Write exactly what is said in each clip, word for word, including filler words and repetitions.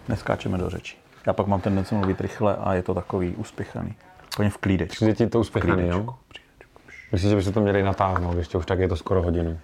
neskáčeme do řečí. Já pak mám tendenci mluvit rychle a je to takový uspěchaný. Úplně v klídečku. Přijde ti to uspěchaný, jo? Myslíš, že byste to měli natáhnout, ještě už tak je to skoro hodinu.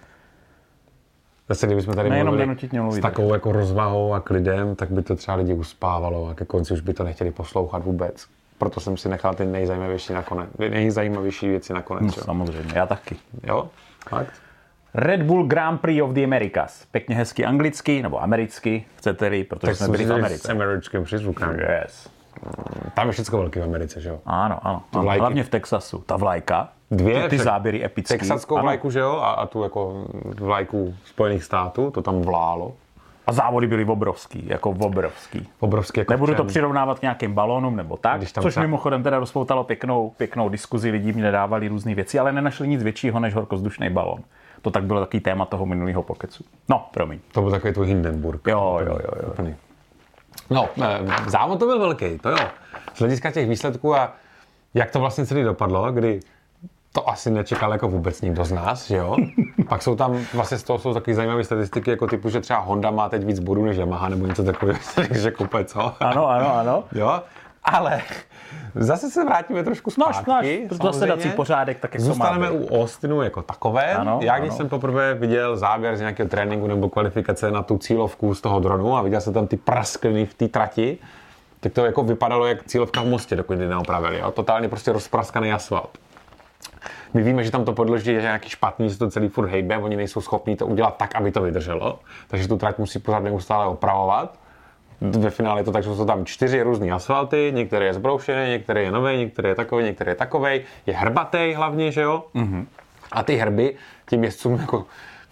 Zase, kdybychom tady mluvili s takovou jako rozvahou a klidem, tak by to třeba lidi uspávalo a ke konci už by to nechtěli poslouchat vůbec. Proto jsem si nechal ty nejzajímavější nakonec, nejzajímavější věci nakonec. No, samozřejmě, já taky. Jo? Fakt? Red Bull Grand Prix of the Americas. Pěkně hezky anglicky, nebo americky, chcete-li, protože tak jsme byli v Americe. S americkým přízvukem. Yes. Tam je všechno velký v Americe, že jo? Ano, ano. ano. Hlavně v Texasu. Ta vlajka, Dvě, ty, ty záběry epický. Texaskou vlajku, že jo? A, a tu jako vlajku Spojených států, to tam vlálo. A závody byly obrovský, jako obrovský. Obrovský jako Nebudu to přirovnávat k nějakým balónům nebo tak, což třeba... mimochodem teda rozpoutalo pěknou, pěknou diskuzi, lidi mi nedávali různé věci, ale nenašli nic většího než horkozdušný balón. To tak bylo takový téma toho minulého pokecu. No, promiň. To byl takový tvůj Hindenburg. Jo, jo, jo. jo. Úplný. No, závod to byl velký, to jo. Z hlediska těch výsledků a jak to vlastně celý dopadlo, kdy to asi nečekal jako vůbec nikdo z nás, že jo? Pak jsou tam, vlastně z toho jsou takové zajímavé statistiky, jako typu, že třeba Honda má teď víc bodů než Yamaha, nebo něco takového, že kupe, co? Ano, ano, ano. Jo? Ale zase se vrátíme trošku zpátky. Náš, náš zasedací pořádek, tak jak zůstaneme u Austinu jako takové. Ano, Já když ano. jsem poprvé viděl záběr z nějakého tréninku nebo kvalifikace na tu cílovku z toho dronu a viděl jsem tam ty praskliny v té trati, tak to jako vypadalo jak cílovka v Mostě, dokud ji neopravili. Jo? Totálně prostě rozpraskaný asfalt. My víme, že tam to podloží je nějaký špatný, že to celý furt hejbe, oni nejsou schopní to udělat tak, aby to vydrželo. Takže tu trať musí pořád neustále opravovat. Ve finále je to tak, že jsou tam čtyři různý asfalty, některý je zbroušený, některý je nový, některý je takový, některý je takový, je hrbatý hlavně, že jo? Mm-hmm. A ty hrby těm jezdcům jako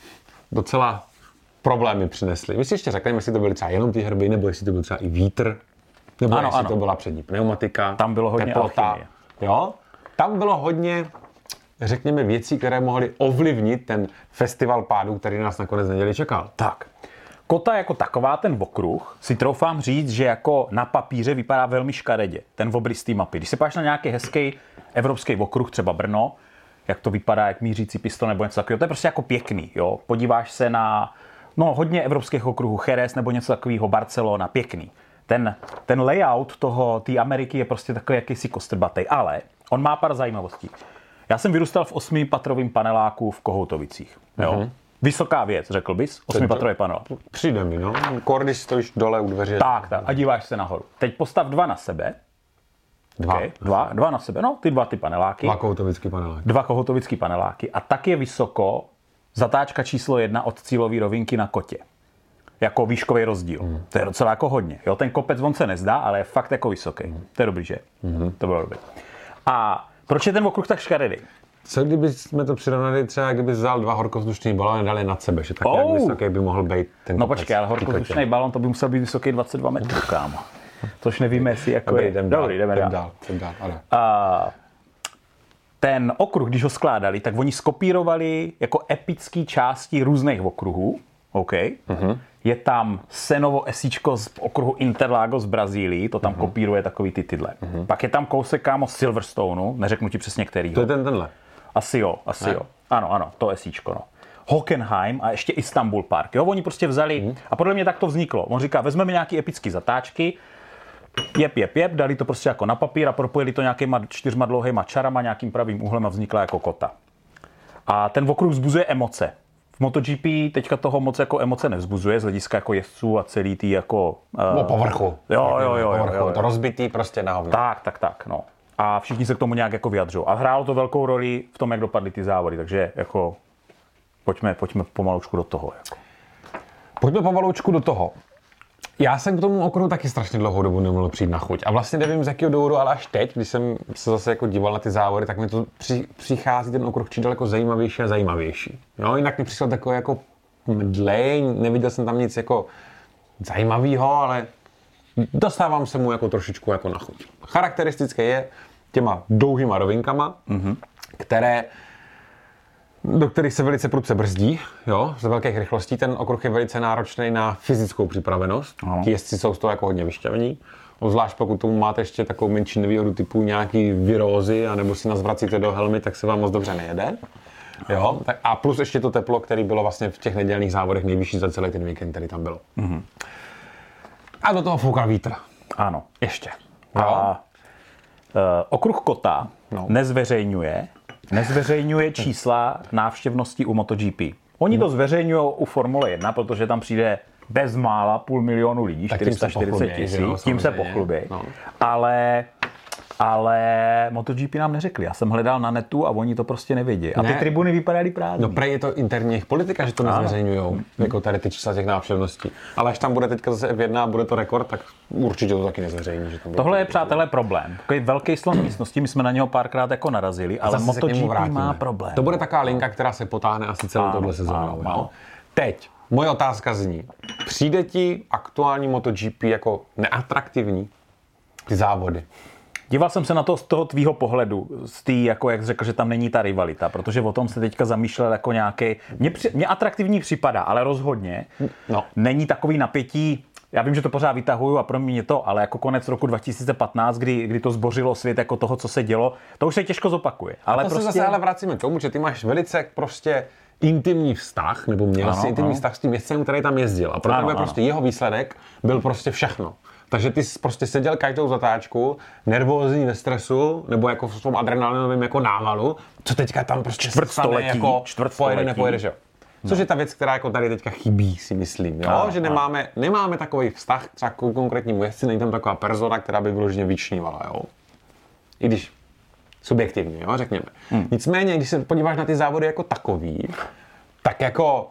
docela problémy přinesly. My si ještě řekneme, jestli to byly třeba jenom ty hrby, nebo jestli to byl třeba i vítr, nebo ano, jestli ano. to byla přední pneumatika, tam bylo hodně teplota, alchymie. Jo? Tam bylo hodně, řekněme, věcí, které mohly ovlivnit ten festival pádů, který nás nakonec neděli čekal. Tak. Kota jako taková, ten okruh, si troufám říct, že jako na papíře vypadá velmi škaredě, ten obrys té mapy. Když se páš na nějaký hezký evropský okruh, třeba Brno, jak to vypadá, jak mířící pistol nebo něco takového, to je prostě jako pěkný, jo. Podíváš se na no, hodně evropských okruhů, Jerez nebo něco takového, Barcelona, pěkný. Ten, ten layout toho, té Ameriky je prostě takový jakýsi kostrbatej, ale on má pár zajímavostí. Já jsem vyrůstal v osmipatrovém paneláku v Kohoutovicích, jo. Uh-huh. Vysoká věc, řekl bys, osmipatrový panel. Přijde mi, no. Kor, když stojíš dole u dveří. Tak, tak. A díváš se nahoru. Teď postav dva na sebe. Dva. Okay. Dva, dva na sebe, no, ty dva ty paneláky. Dva kohoutovický paneláky. Dva kohoutovický paneláky. A tak je vysoko zatáčka číslo jedna od cílové rovinky na kotě. Jako výškový rozdíl. Mm. To je docela jako hodně. Jo, ten kopec on se nezdá, ale je fakt jako vysoký. Mm. To je dobrý, že? Mm. To bylo dobrý. A proč je ten okruh tak škaredý? Co kdyby jsme to přirovnali třeba, kdyby vzal dva horkovzdušný balóny a dali nad sebe, že tak oh. jak vysoký by mohl být ten No počkej, ale horkovzdušný balón to by musel být vysoký dvacet dva metrů, kámo. Což nevíme, jestli jako Dobrý, je. Jdem Dobrý, jdeme jdem dál. dál, dál, dál a ten okruh, když ho skládali, tak oni skopírovali jako epické části různých okruhů. OK. Uh-huh. Je tam Senovo esíčko z okruhu Interlagos z Brazílii, to tam uh-huh. kopíruje takový ty tyhle. Uh-huh. Pak je tam kousek, kámo, Silverstoneu, neřeknu ti přesně kterýho. To je ten tenhle. Asi jo, asi ne. jo. Ano, ano, to esíčko, no. Hockenheim a ještě Istanbul Park. Jo, oni prostě vzali, uh-huh. a podle mě tak to vzniklo. On říká, vezmeme nějaký epický zatáčky, jep, jep, jep, dali to prostě jako na papír a propojili to nějakýma čtyřma dlouhýma čarama, nějakým pravým úhlem a vznikla jako kota. A ten okruh vzbuzuje emoce. V MotoGP teďka toho moc jako emoce nevzbuzuje z hlediska jako jezdců a celý tý jako... Uh, no povrchu. Jo, jo, jo. Povrchu. jo, jo. To rozbitý prostě na hovno. Tak, tak, tak, no. A všichni se k tomu nějak jako vyjadřují. A hrálo to velkou roli v tom, jak dopadly ty závody, takže jako pojďme, pojďme pomaloučku do toho. Jako. Pojďme pomaloučku do toho. Já jsem k tomu okruhu taky strašně dlouhou dobu nemohl přijít na chuť. A vlastně nevím z jakého důvodu, ale až teď, když jsem se zase jako díval na ty závody, tak mi to při, přichází ten okruh čím daleko zajímavější a zajímavější. Jo, jinak mi přišel takový jako mdlej, neviděl jsem tam nic jako zajímavého, ale dostávám se mu jako trošičku jako na chuť. Charakteristické je těma dlouhýma rovinkama, mm-hmm. které do kterých se velice prudce brzdí, jo, z velkých rychlostí. Ten okruh je velice náročný na fyzickou připravenost. Ti jezdci jsou z toho jako hodně vyšťavení. Obzvlášť pokud tomu máte ještě takovou menší nevýhodu typu nějaký virózy, anebo si nás vracíte do helmy, tak se vám moc dobře nejede. Jo, tak a plus ještě to teplo, který bylo vlastně v těch nedělních závodech nejvyšší za celý ten víkend, který tam bylo. Mm-hmm. A do toho foukal vítr. Ano, ještě. No. A uh, okruh Kota No. nezveřejňuje, nezveřejňuje čísla návštěvnosti u MotoGP. Oni to zveřejňují u Formule jedna, protože tam přijde bezmála půl milionu lidí, Tak čtyři sta čtyřicet tisíc, tím se pochlubí. No. Ale, ale MotoGP nám neřekli. Já jsem hledal na netu a oni to prostě nevědí. A ty Ne. tribuny vypadaly prázdný. No prej je to interní jejich politika, že to nezveřejňujou, jako tady ty čísla těch návštěvností. Ale až tam bude teďka zase F jedna a bude to rekord, tak určitě to taky nezveřejní. Že tam bude Tohle je, to- přátelé, problém. Takový velký slon místnosti, my jsme na něho párkrát jako narazili, ale Zase se k němu MotoGP vrátíme. má problém. To bude taková linka, která se potáhne asi celou Ano, tohle sezónou. ano, jo? ano. Teď, moje otázka zní, přijde ti aktuální MotoGP jako neatraktivní ty závody? Díval jsem se na to z toho tvýho pohledu, z tý, jako jak jsi řekl, že tam není ta rivalita, protože o tom se teďka zamýšlel jako nějaký. Mně, při, mně atraktivní připadá, ale rozhodně No. není takový napětí. Já vím, že to pořád vytahuju a pro mě to, ale jako konec roku dva tisíce patnáct, kdy, kdy to zbořilo svět jako toho, co se dělo, to už se těžko zopakuje. Ale To prostě... se zase ale vracíme k tomu, že ty máš velice prostě intimní vztah, nebo měl Ano, jsi intimní ano. vztah s tím jezdcem, který tam jezdil. A pro Ano, tebe ano. prostě jeho výsledek byl prostě všechno. Takže ty jsi prostě seděl každou zatáčku, nervózní ve stresu, nebo jako v tom adrenalinovém jako návalu, co teďka tam prostě Čtvrtstoletí, stane, jako čtvrtstoletí. pojede, nepojede, že jo. Což je ta věc, která jako tady teďka chybí, si myslím. Jo? Ano, že nemáme, nemáme takový vztah třeba k konkrétnímu jezdci, není tam taková persona, která by vyloženě vyčnívala. Jo? I když subjektivně, jo, řekněme. Hmm. Nicméně, když se podíváš na ty závody jako takový, tak jako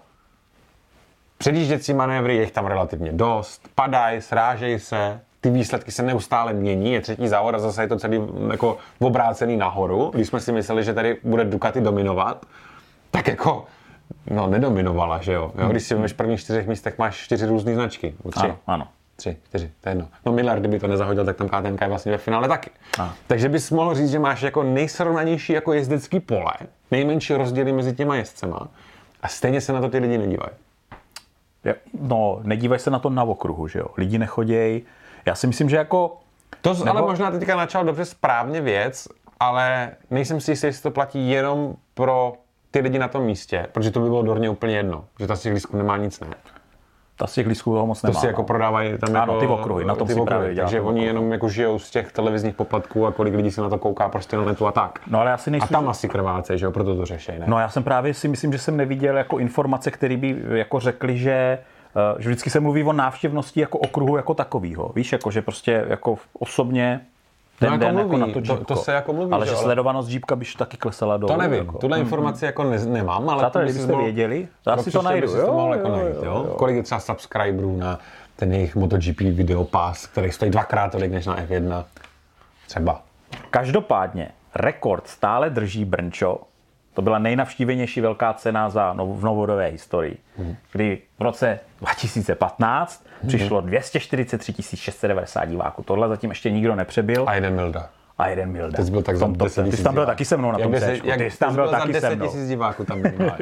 předjížděcí manévry je jich tam relativně dost, padají, srážejí se, ty výsledky se neustále mění, je třetí závod a zase je to celý jako obrácený nahoru. Když jsme si mysleli, že tady bude Ducati dominovat, tak jako no nedominovala, že jo. jo? Když si v prvních čtyřech místech máš čtyři různé značky, tři. Ano, ano. Tři, čtyři, to je jedno. No Miller, kdyby to nezahodil, tak tam K T M je vlastně ve finále taky. A. Takže bys mohl říct, že máš jako nejsrovnanější jako jezdecký pole, nejmenší rozdíly mezi těma jezdcema a stejně se na to ty lidi nedívají. Je- No, nedívaj se na to na okruhu, že jo. Lidi nechodějí. Já si myslím, že jako... To Nebo- ale možná teďka načal dobře správně věc, ale nejsem si jistý, jestli to platí jenom pro ty lidi na tom místě, protože to by bylo dorně úplně jedno, že ta z těch lístků nemá nic, ne. Ta z těch lístků toho moc To nemá. si jako no. prodávají tam Ano, jako... ty okruhy, na tom ty si okruhy, právě dělá takže ty oni okruhy. jenom jako žijou z těch televizních poplatků a kolik lidí se na to kouká prostě na netu a tak. No ale já si A nejsem... tam asi krváce, že jo, proto to řeší, ne? No já jsem právě si myslím, že jsem neviděl jako informace, které by jako řekli, že, eh, že vždycky se mluví o návštěvnosti jako okruhu jako takovýho. Víš, jako že prostě jako osobně ten No, jako den mluví, jako na to to- džípko. to se jako mluví, ale že že ale- sledovanost džípka by taky klesala dolů. To nevím, Jako. tuhle informaci jako ne, nemám, ale... Přátelé, to bys kdybyste mohl- věděli, já pro si to příště najdu. bys to Jo, mohl jo, jako najít, jo, jo? jo. Kolik je třeba subscriberů na ten jejich MotoGP videopass, který stojí dvakrát tolik než na F jedna. Třeba. Každopádně rekord stále drží Brnčo. To byla nejnavštívenější velká cena za nov, v novodobé historii. Hmm. Kdy v roce dva tisíce patnáct hmm. přišlo dvě stě čtyřicet tři tisíc šest set devadesát diváků. Tohle zatím ještě nikdo nepřebil. A jeden Milda. A jeden Milda. Teď byl tak V za tom deset topce. Ty tisíc jsi tam byl diváků. taky se mnou na Jak tom deset- Cčku. jak- Ty jsi tam jsi byl za taky se deset mnou. tisíc diváků tam minimálně.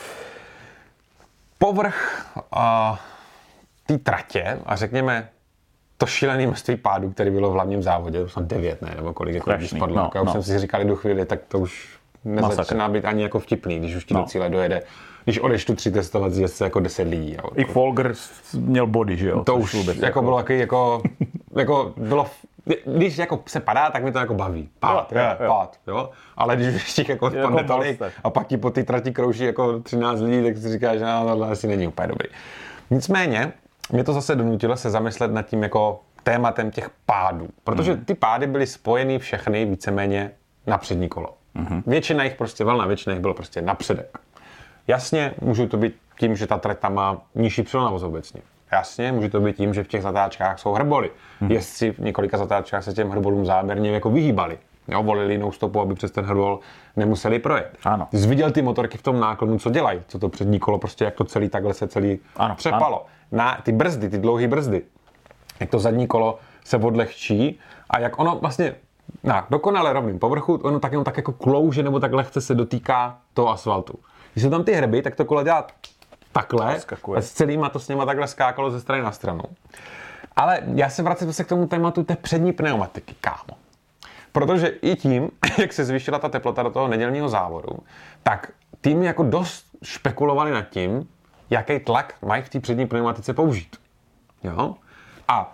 Povrch a té tratě a řekněme to šílené množství pádů, které bylo v hlavním závodě, to jsem devět, ne, nebo kolik, jako když Strašný, spadlo. no, No, já už no. jsem si říkal do chvíli, tak to už nezačíná být ani jako vtipný, když už ti No. do cíle dojede. Když odeštu tři testovací jezdce jako deset lidí. Jo. I Folger měl body, že jo? To což už vůbec jako bylo taky jako, jako bylo, když jako se padá, tak mi to jako baví. Pád, Jo, jo, je, jo. pád, jo. Ale když ještě jako Jako spadne tolik monster. a pak ti po té trati krouží jako třináct lidí, tak si říkáš, že no, tohle asi není úplně dobrý. Nicméně, mě to zase donutilo se zamyslet nad tím jako tématem těch pádů. Protože ty pády byly spojeny všechny víceméně na přední kolo. Mm-hmm. Většina jich prostě, valná většina jich bylo prostě napředek. Jasně, může to být tím, že ta trať tam má nižší přilnavost obecně. Jasně, může to být tím, že v těch zatáčkách jsou hrboly. Hmm. Jezdci v několika zatáčkách se těm hrbolům záměrně jako vyhýbali. Jo, volili jinou stopu, aby přes ten hrbol nemuseli projet. Ano. Ty jsi viděl ty motorky v tom náklonu, co dělají, co to přední kolo, prostě jak to celý takhle se celý Ano, přepalo. ano. Na ty brzdy, ty dlouhé brzdy, jak to zadní kolo se odlehčí a jak ono vlastně na dokonale rovným povrchu, ono tak jenom tak jako klouže nebo tak lehce se dotýká toho asfaltu. Když jsou tam ty hrby, tak to kolo dělá takhle Skakuje. a s celýma to s něma takhle skákalo ze strany na stranu. Ale já se vracím zase k tomu tématu té přední pneumatiky, kámo. Protože i tím, jak se zvýšila ta teplota do toho nedělního závodu, tak týmy jako dost špekulovali nad tím, jaký tlak mají v té přední pneumatice použít. Jo? A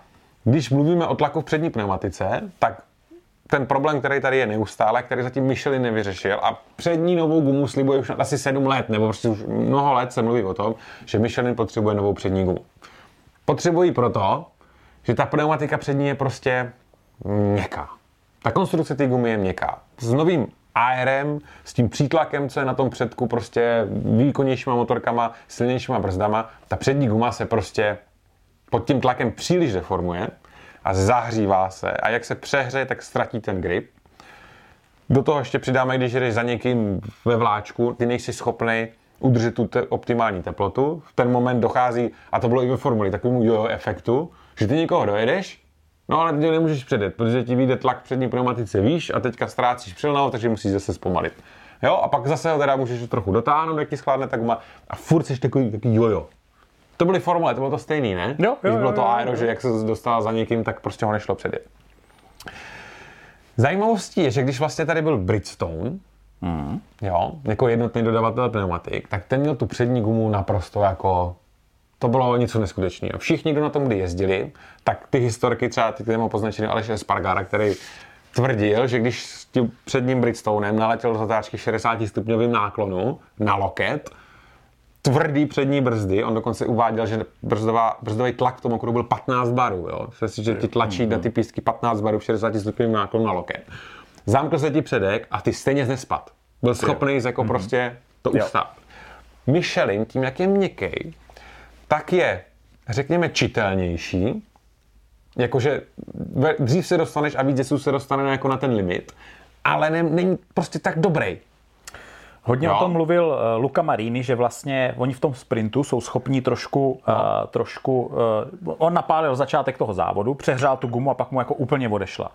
Když mluvíme o tlaku v přední pneumatice, tak ten problém, který tady je neustále, který zatím Michelin nevyřešil a přední novou gumu slibuje už asi sedm let, nebo prostě už mnoho let se mluví o tom, že Michelin potřebuje novou přední gumu. Potřebují proto, že ta pneumatika přední je prostě měkká. Ta konstrukce té gumy je měkká. S novým á er em, s tím přítlakem, co je na tom předku, prostě výkonnějšíma motorkama, silnějšíma brzdama, ta přední guma se prostě pod tím tlakem příliš deformuje a zahřívá se a jak se přehřeje, tak ztratí ten grip. Do toho ještě přidáme, když jdeš za někým ve vláčku, ty nejsi schopný udržet tu te- optimální teplotu. V ten moment dochází, a to bylo i ve formuli, takovému jojo efektu, že ty někoho dojedeš, no ale ty nemůžeš předjet, protože ti vyjde tlak přední pneumatice výš a teďka ztrácíš přilnavu, takže musíš zase zpomalit. Jo, a pak zase ho teda můžeš trochu dotáhnout, jak ti schladne ta guma a furt jsi takový, takový jojo. To byly formule, to bylo to stejný, ne? Jo, jo, Když bylo jo, to jo, aero, jo. že jak se dostala za někým, tak prostě ho nešlo předjet. Zajímavostí je, že když vlastně tady byl Bridgestone, mm. jo, jako jednotný dodavatel pneumatik, tak ten měl tu přední gumu naprosto jako, to bylo něco neskutečného. Všichni, kdo na tom kdy jezdili, tak ty historky, třeba ty, které mám poznačený Aleš Espargara, který tvrdil, že když s tím předním Bridgestonem naletěl do zatáčky šedesát stupňovým náklonu na loket, tvrdý přední brzdy, on dokonce uváděl, že brzdová, brzdový tlak v tom okruhu byl patnáct barů, jo? Že, že ti tlačí na ty písky patnáct barů v šedesát stupňovým náklonu na loket. Zamkl se ti předek a ty stejně nespad. Byl schopný jako mm-hmm. prostě to ustát. Michelin, tím jak je měkký, tak je, řekněme, čitelnější, jakože dřív se dostaneš a víc jezdců se dostane jako na ten limit, ale ne, není prostě tak dobrý. Hodně no. o tom mluvil uh, Luca Marini, že vlastně oni v tom sprintu jsou schopní trošku, no. uh, trošku uh, on napálil začátek toho závodu, přehřál tu gumu a pak mu jako úplně odešla.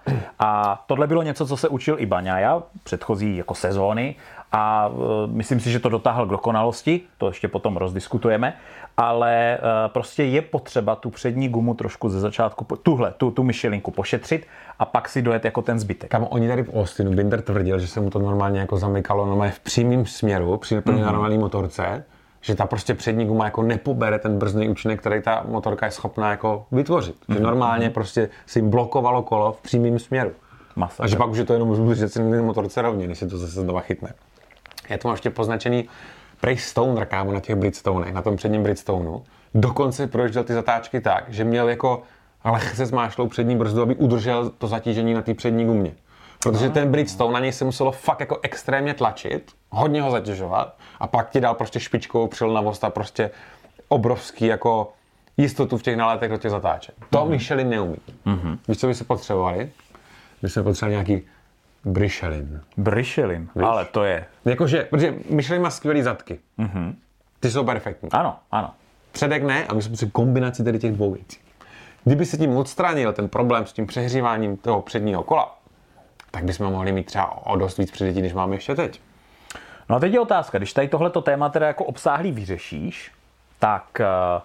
A tohle bylo něco, co se učil i Bagnaia, předchozí jako sezóny, a uh, myslím si, že to dotáhl k dokonalosti, to ještě potom rozdiskutujeme, ale uh, prostě je potřeba tu přední gumu trošku ze začátku, tuhle, tu, tu Michelinku pošetřit a pak si dojet jako ten zbytek. Kam oni tady v Austinu, Binder tvrdil, že se mu to normálně jako zamykalo normálně v přímém směru, při plně mm-hmm. normální motorce, že ta prostě přední guma jako nepobere ten brzdný účinek, který ta motorka je schopná jako vytvořit. Mm-hmm. Že normálně prostě si jim blokovalo kolo v přímém směru. Masa, a že pak už je to jenom udržet si na motorce rovně, než se to zase znova chytne. Já to mám ještě poznačený prej Stoner, kámo, na těch Bridgestonech, na tom předním Bridgestoneu. Dokonce projížděl ty zatáčky tak, že měl jako lehce zmášlou přední brzdu, aby udržel to zatížení na té přední gumě. Protože ten Bridgestone, na něj se muselo fakt jako extrémně tlačit, hodně ho zatěžovat a pak ti dal prostě špičkovou přilnavost a prostě obrovský jako jistotu v těch náletech do těch zatáček. To mm-hmm. Michelin neumí. Mm-hmm. Víš, co by se potřebovali? My jsme potřebovali nějaký Brichelin. Brichelin, ale to je... Jakože, protože Michelin má skvělý zadky. Mm-hmm. Ty jsou perfektní. Ano, ano. Předek ne, a my jsme potřebovali kombinaci tady těch dvou věcí. Kdyby se tím odstranil ten problém s tím přehříváním toho předního kola, tak bychom mohli mít třeba o dost víc předjetí, než máme ještě teď. No a teď je otázka, když tady tohleto téma teda jako obsáhlý vyřešíš, tak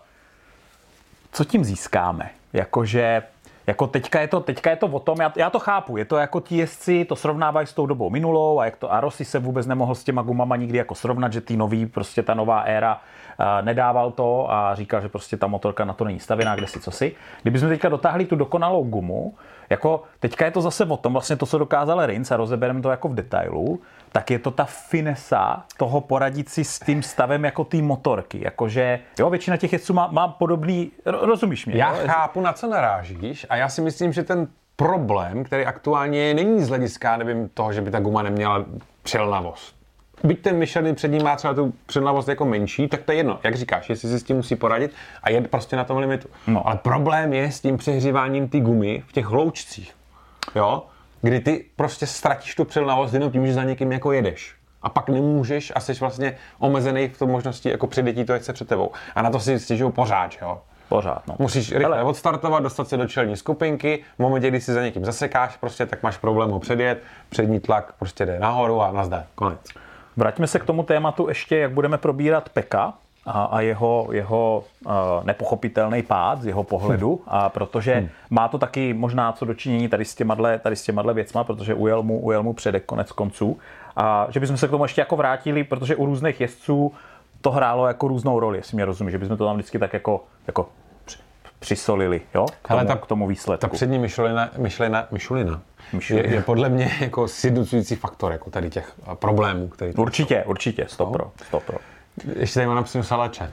co tím získáme? Jakože, jako teďka je to, teďka je to o tom, já, já to chápu, je to jako ti jezdci to srovnávají s tou dobou minulou a jak to Rossi se vůbec nemohl s těma gumama nikdy jako srovnat, že ty nový, prostě ta nová éra uh, nedával to a říkal, že prostě ta motorka na to není stavěná, kde si co si. Kdybychom teďka dotáhli tu dokonalou gumu, jako teďka je to zase o tom, vlastně to, co dokázal Rins a rozebereme to jako v detailu, tak je to ta finesa toho poradit si s tím stavem jako té motorky. Jakože, jo, většina těch jezdců má, má podobný, rozumíš mě? Já jo? chápu, na co narážíš a já si myslím, že ten problém, který aktuálně je, není z hlediska, nevím, toho, že by ta guma neměla přilnavost. Byť ten Michelin před ním má třeba tu přilnavost jako menší, tak to je jedno, jak říkáš, jestli si s tím musí poradit a je prostě na tom limitu. No. Ale problém je s tím přehříváním té gumy v těch hloučcích, jo? Kdy ty prostě ztratíš tu přilnavost jenom tím, že za někým jako jedeš. A pak nemůžeš a jsi vlastně omezený v tom možnosti jako předjetí to, jak se před tebou. A na to si stěžují pořád, jo? Pořád, no. Musíš rychle Hele. odstartovat, dostat se do čelní skupinky, v momentě, kdy si za někým zasekáš, prostě, tak máš problém ho předjet, přední tlak prostě jde nahoru a nazdar, konec. Vraťme se k tomu tématu ještě, jak budeme probírat Peka a, a jeho, jeho uh, nepochopitelný pád z jeho pohledu, hmm. a protože hmm. má to taky možná co dočinění tady s těmadle, tady s těmadle věcma, protože ujel mu, ujel mu předek konec konců. A že bychom se k tomu ještě jako vrátili, protože u různých jezdců to hrálo jako různou roli, jestli mě rozumíš, že bychom to tam vždycky tak jako, jako přisolili, jo, k tomu, ta, k tomu výsledku. Ta přední myšlina, myšlina, myšulina je, je podle mě jako sjednocující faktor jako tady těch problémů, který... Určitě, jsou. určitě, sto pro, sto pro. Ještě tady mám napsanou Salače.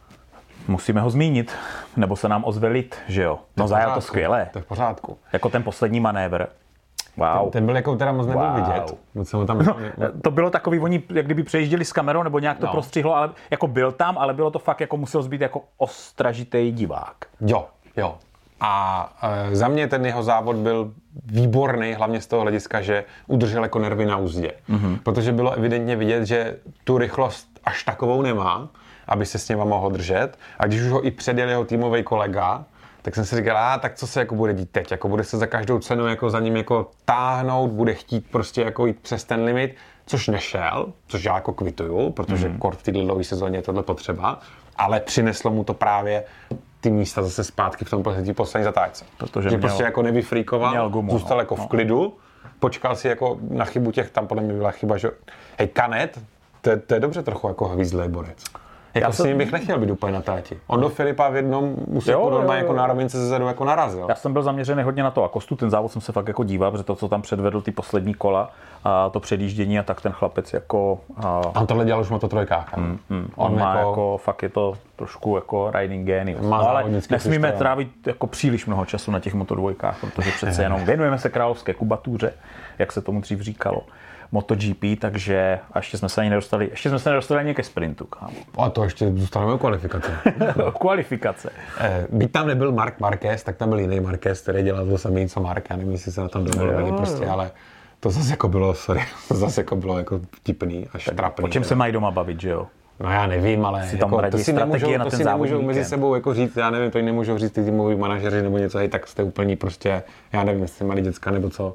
Musíme ho zmínit, nebo se nám ozve lid, že jo. No zajel to skvěle. To je v pořádku. Jako ten poslední manévr. Wow. Ten, ten byl jako teda moc nebyl wow. vidět. Moc tam... no, to bylo takový, oni jak kdyby přejížděli s kamerou, nebo nějak to no. prostřihlo, ale jako byl tam, ale bylo to fakt, jako musel být jako ostražitý divák. Jo, jo. A e, za mě ten jeho závod byl výborný, hlavně z toho hlediska, že udržel jako nervy na úzdě. Mm-hmm. Protože bylo evidentně vidět, že tu rychlost až takovou nemá, aby se s něma mohl držet. A když už ho i předjel jeho týmový kolega, tak jsem si říkal, a tak co se jako bude dít teď? Jako bude se za každou cenu jako za ním jako táhnout, bude chtít prostě jako jít přes ten limit, což nešel, což já jako kvituju, protože mm-hmm. kort v této dlouhé sezóně je tohle potřeba, ale přineslo mu to právě ty místa zase zpátky v tom poslední zatáčce. Protože že měl, prostě jako nevyfríkoval, gumu, zůstal no, jako no. v klidu, počkal si jako na chybu těch, tam podle mě byla chyba, že hej, Kanet, to, to je dobře trochu jako hvízdlej borec. Jako já s ním bych nechtěl být úplně na táti. On do Filipa v jednom musel podle jako na rovince zezadu jako narazil. Já jsem byl zaměřený hodně na to Acostu, ten závod jsem se fakt jako díval, protože to, co tam předvedl ty poslední kola a to předjíždění a tak ten chlapec jako... A... On tohle dělal už v mototrojkách. Mm, mm, on, on má jako... jako, fakt je to trošku jako riding genius. No, ale nesmíme systém. trávit jako příliš mnoho času na těch motodvojkách, protože přece jenom věnujeme se královské kubatuře, jak se tomu dřív říkalo. MotoGP, takže a ještě jsme se ani nedostali, ještě jsme se nedostali ani ke sprintu. Kámo. A to ještě zůstaneme u kvalifikace. Kvalifikace. Eh, byť tam nebyl Marc Marquez, tak tam byl jiný Marquez, který dělal to samé, co Marc, já nevím, jestli se na tom domluvili prostě, ale to zase jako bylo, sorry, to zase jako bylo jako vtipný až trapný. O čem se mají doma bavit, že jo? No já nevím, ale si jako, to si nemůžou, to si nemůžou mezi sebou jako říct, já nevím, to jim nemůžou říct ty týmoví manažeři nebo něco, hej, tak jste úplní prostě, já nevím, jestli malí děcka nebo co.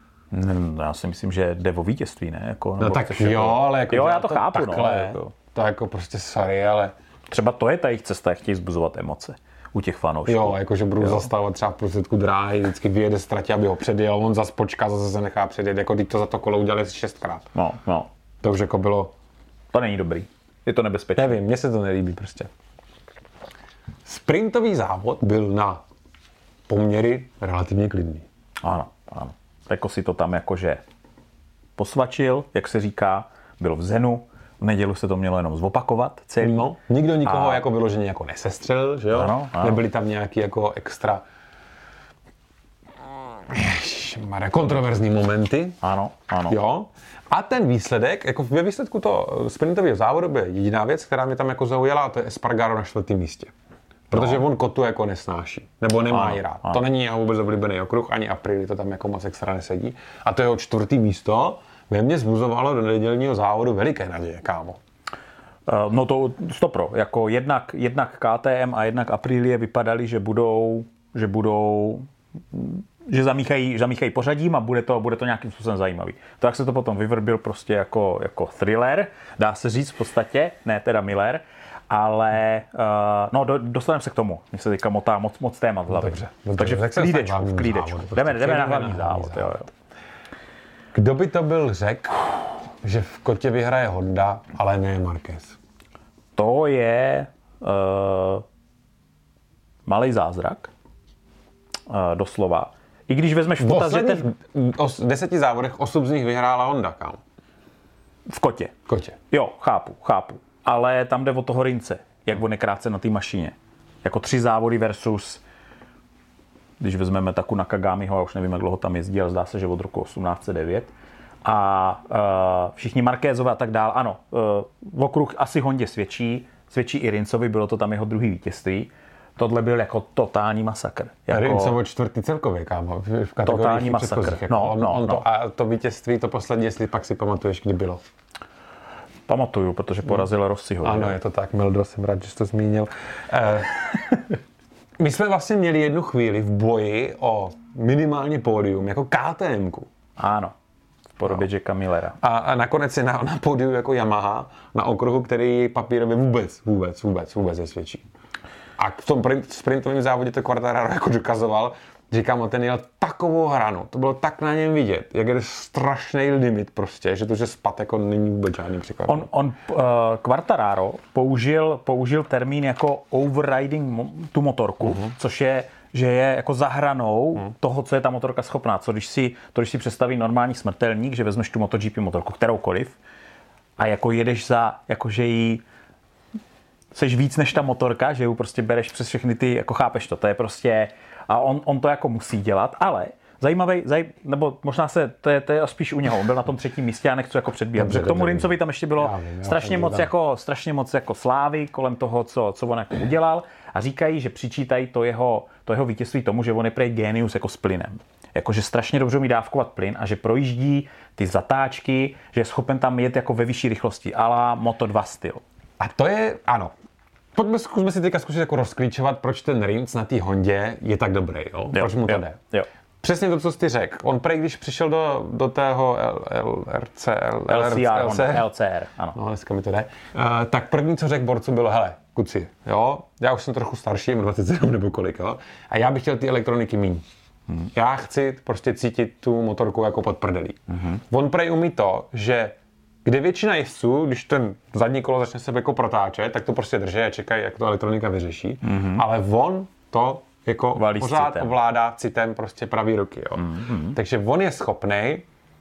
No, já si myslím, že jde o vítězství, ne? Jako, no tak jo, jako, ale jako jo, já to, to chápu, takhle, no. Jako. To jako prostě sorry, ale... Třeba to je ta jejich cesta, jak chtějí zbuzovat emoce u těch fanoušků. Jo, jakože budou jo. zastávat třeba v prostředku dráhy, vždycky vyjede ztratě, aby ho předjel, on zas počká, zase se nechá předjet, jako když to za to kolo udělali šestkrát. No, no. To už jako bylo... To není dobrý, je to nebezpečné. Nevím, mně se to nelíbí prostě. Sprintový závod byl na poměry relativně klidný. Ano, ano. Jako si to tam jakože posvačil, jak se říká, byl v zenu, v neděli se to mělo jenom zopakovat celý. No, nikdo nikoho a... jako vyloženě jako nesestřelil, že jo? Ano, ano. Nebyly tam nějaký jako extra Ježišmarja, kontroverzní momenty. Ano, ano. Jo. A ten výsledek, jako ve výsledku toho sprintového závodu byl jediná věc, která mě tam jako zaujala, a to je Espargaro na čtvrtém místě. Protože no. on kotu jako nesnáší, nebo nemá ano, ji rád. Ano. To není jeho vůbec oblíbený okruh, ani Aprilia to tam jako moc extra nesedí. A to jeho čtvrtý místo ve mně zbuzovalo do nedělního závodu veliké naděje, kámo. Uh, no to stopro, jako jednak, jednak K T M a jednak Aprilie vypadaly, že budou, že budou, že zamíchají, zamíchají pořadím a bude to, bude to nějakým způsobem zajímavý. Tak se to potom vyvrbil prostě jako, jako thriller, dá se říct v podstatě, ne teda Miller. Ale, uh, no, do, dostaneme se k tomu. Mně se teďka motá moc, moc témat v hlavě. Dobře, dobře. Takže v klídečku, v klídečku. Závodu, jdeme, jdeme na hlavní závod. závod. Jo, jo. Kdo by to byl řekl, že v kotě vyhraje Honda, ale ne Marquez? To je uh, malej zázrak. Uh, doslova. I když vezmeš v potaz, že ten... V deseti závodech osm z nich vyhrála Honda, kam? V kotě. V kotě. Jo, chápu, chápu. Ale tam jde o toho Rince, jak on je krátce na té mašině. Jako tři závody versus, když vezmeme Taku Nakagamiho, já už nevím, jak dlouho tam jezdí, ale zdá se, že od roku osmnáct set devět. A uh, všichni Marquezové a tak dál, ano, uh, okruh asi Hondě svědčí, svědčí i Rincovi, bylo to tam jeho druhý vítězství. Tohle byl jako totální masakr. Jako... Rincovo čtvrtý celkově, kámo, v kategorii totální masakr. Jako no, on, no, on no. To, a to vítězství, to poslední, jestli pak si pamatuješ, kdy bylo. Pamatuju, protože porazil no. Rossiho. Ano, je to tak, Mildo, jsem rád, že jsi to zmínil. Eh, my jsme vlastně měli jednu chvíli v boji o minimálně pódium, jako K T M ku. Ano, v podobě no. Jacka Millera. A, a nakonec je na, na pódiu jako Yamaha, na okruhu, který papírově vůbec, vůbec, vůbec, vůbec nesvědčí. A v tom sprintovém závodě to Quartararo jako dokazoval, říkám, ten jel takovou hranu, to bylo tak na něm vidět, jak je strašný limit prostě, že to, že spad jako není vůbec žádný příklad. On, on uh, Quartararo použil, použil termín jako overriding mo- tu motorku, uh-huh. což je, že je jako za hranou uh-huh. toho, co je ta motorka schopná. Co když si, to, když si představí normální smrtelník, že vezmeš tu MotoGP motorku, kteroukoliv, a jako jedeš za, jakože jí seš víc než ta motorka, že ju prostě bereš přes všechny ty, jako chápeš to, to je prostě, a on, on to jako musí dělat, ale zajímavý, zaj, nebo možná se, to je, to je spíš u něho, on byl na tom třetím místě, já nechci jako předbíhat, protože k tomu Rincovi tam ještě bylo vím, strašně, moc jako, strašně moc jako slávy kolem toho, co, co on jako udělal a říkají, že přičítají to jeho, to jeho vítězství tomu, že on je prej génius jako s plynem. Jakože strašně dobře umí dávkovat plyn a že projíždí ty zatáčky, že je schopen tam jet jako ve vyšší rychlosti, a la Moto dva styl. A to je, ano. Pojďme, zkusme si teďka zkusit jako rozklíčovat, proč ten Rins na té Hondě je tak dobrý, jo? Jo, Proč mu to jo, jde. Jo. Přesně to, co jsi řekl. On prej, když přišel do, do tého L, L, R C, L, L C R, L C R, L C R, ano. No, dneska mi to jde. Uh, tak první, co řekl borcům, bylo, hele, kuci, jo, já už jsem trochu starší, mám dvacet sedm nebo kolik, jo, a já bych chtěl ty elektroniky míň. Hmm. Já chci prostě cítit tu motorku jako pod prdelí. Hmm. On prej umí to, že kde většina jezdců, když ten zadní kolo začne se jako protáčet, tak to prostě drží a čekají, jak to elektronika vyřeší. Mm-hmm. Ale on to jako Valí pořád citem. ovládá citem prostě pravý ruky. Jo. Mm-hmm. Takže on je schopnej,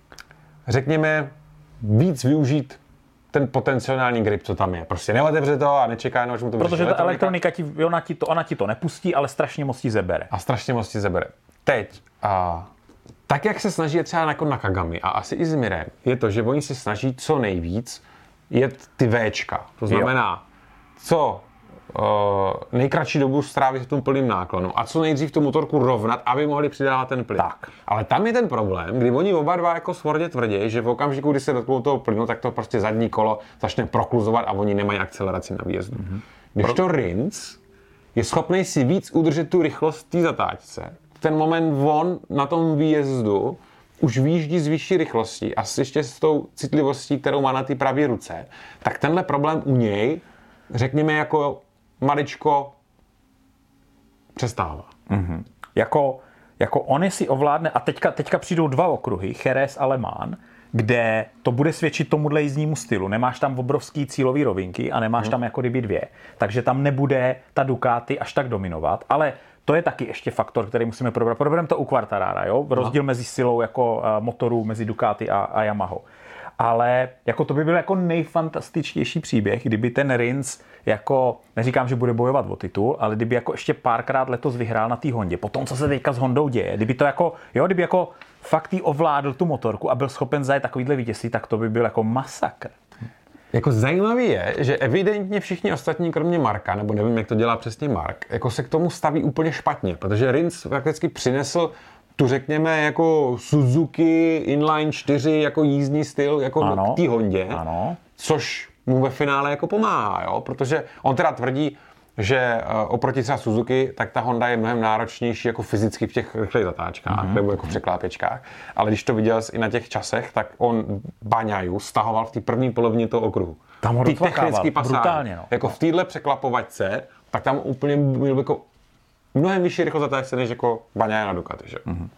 řekněme, víc využít ten potenciální grip, co tam je. Prostě neotevře to a nečeká jenom, až mu to vyřeší. Protože ta elektronika, ti, ona, ti to, ona ti to nepustí, ale strašně moc ti zebere. A strašně moc ti zebere. Teď, a tak, jak se snaží třeba jako na Kagami a asi i s Mirem, je to, že oni se snaží co nejvíc jet ty Včka. To znamená, jo. co uh, nejkratší dobu strávit v tom plným náklonu a co nejdřív tu motorku rovnat, aby mohli přidávat ten plyn. Tak. Ale tam je ten problém, kdy oni oba dva jako svordě tvrdí, že v okamžiku, kdy se dotknou toho plynu, tak to prostě zadní kolo začne prokluzovat a oni nemají akceleraci na výjezdu. Mm-hmm. Když to Rins je schopný si víc udržet tu rychlost v té zatáčce, ten moment on na tom výjezdu už výjíždí z vyšší rychlosti a ještě s tou citlivostí, kterou má na té pravé ruce, tak tenhle problém u něj, řekněme, jako maličko přestává. Mm-hmm. Jako, jako on si ovládne, a teďka, teďka přijdou dva okruhy, Jerez a Le Mans, kde to bude svědčit tomuhle jízdnímu stylu. Nemáš tam obrovský cílový rovinky a nemáš hmm. tam jako kdyby dvě. Takže tam nebude ta Ducati až tak dominovat, ale to je taky ještě faktor, který musíme probrat. Probereme to u Quartarara, jo? Rozdíl no. mezi silou jako uh, motorů mezi Ducati a, a Yamaha. Ale jako to by byl jako nejfantastičtější příběh, kdyby ten Rins jako, neříkám, že bude bojovat o titul, ale kdyby jako ještě párkrát letos vyhrál na té Hondě, po tom, co se teďka s Hondou děje, kdyby to jako, jo, kdyby jako fakt jí ovládl tu motorku a byl schopen zajet takovýhle vítězství, tak to by byl jako masakr. Jako zajímavý je, že evidentně všichni ostatní, kromě Marka, nebo nevím, jak to dělá přesně Mark, jako se k tomu staví úplně špatně, protože Rins prakticky přinesl tu, řekněme, jako Suzuki Inline čtyři jako jízdní styl jako ano, k té Hondě, ano. Což mu ve finále jako pomáhá, jo? Protože on teda tvrdí, že oproti třeba Suzuki, tak ta Honda je mnohem náročnější jako fyzicky v těch rychlých zatáčkách mm-hmm. nebo jako v překlápěčkách. Ale když to viděl i na těch časech, tak on Baňaju stahoval v té první polovině toho okruhu. Tam ho technický pasáž. Brutálně, no. Jako v téhle překlapovačce, tak tam úplně byl jako mnohem vyšší rychlost zatáčce, než jako Baňaja na Ducati, že? Mm-hmm.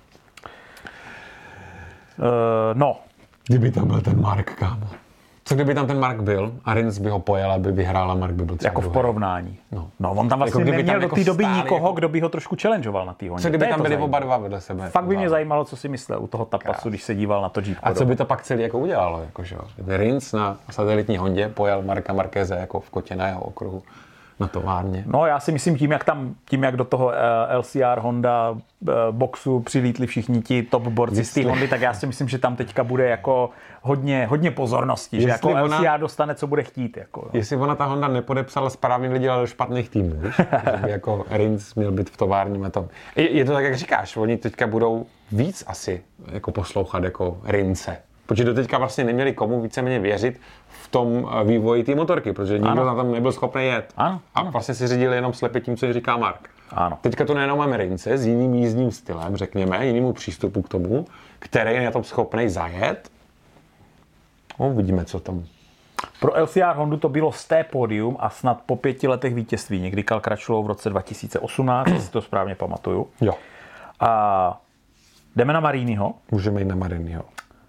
Uh, no. Kdyby tam byl ten Mark, kámo. Co kdyby tam ten Mark byl a Rins by ho pojel, aby vyhrál a Mark by byl třeba jako v porovnání. No. no, on tam vlastně jako neměl do té doby nikoho, jako... kdo by ho trošku challengeoval na té Hondě. Co kdyby tam byli oba dva vedle sebe? Fakt by mě zajímalo, co si myslel u toho Tapasu, když se díval na to Jeep. A co by to pak celý jako udělalo? Jakože, kdyby Rins na satelitní Hondě pojel Marka Marqueze jako v kotě na jeho okruhu na továrně. No, já si myslím tím, jak tam, tím, jak do toho L C R Honda boxu přilítli všichni ti top borci z té Hondy, tak já si myslím, že tam teďka bude jako hodně, hodně pozornosti, jestli že jako ona, L C R dostane, co bude chtít. Jako, no. Jestli ona ta Honda nepodepsala správně lidi, ale do špatných týmů, víš? Že by jako Rins měl být v továrním a tom. Je, je to tak, jak říkáš, oni teďka budou víc asi jako poslouchat jako Rince. Protože doteďka vlastně neměli komu víceméně věřit v tom vývoji té motorky, protože nikdo ano. na tom nebyl schopný jet. Ano, ano. A vlastně si řídili jenom slepě tím, co říká Mark. Ano. Teďka to nejenom máme Rince s jiným jízdním stylem, řekněme, jinému přístupu k tomu, který je na tom schopný zajet. No, vidíme, co tam. Pro L C R Hondu to bylo z té pódium a snad po pěti letech vítězství. Někdy Cal Crutchlow v roce dva tisíce osmnáct, jestli to správně pamatuju. Jo. A jdeme na Mariniho. Můžeme jít na Mariniho.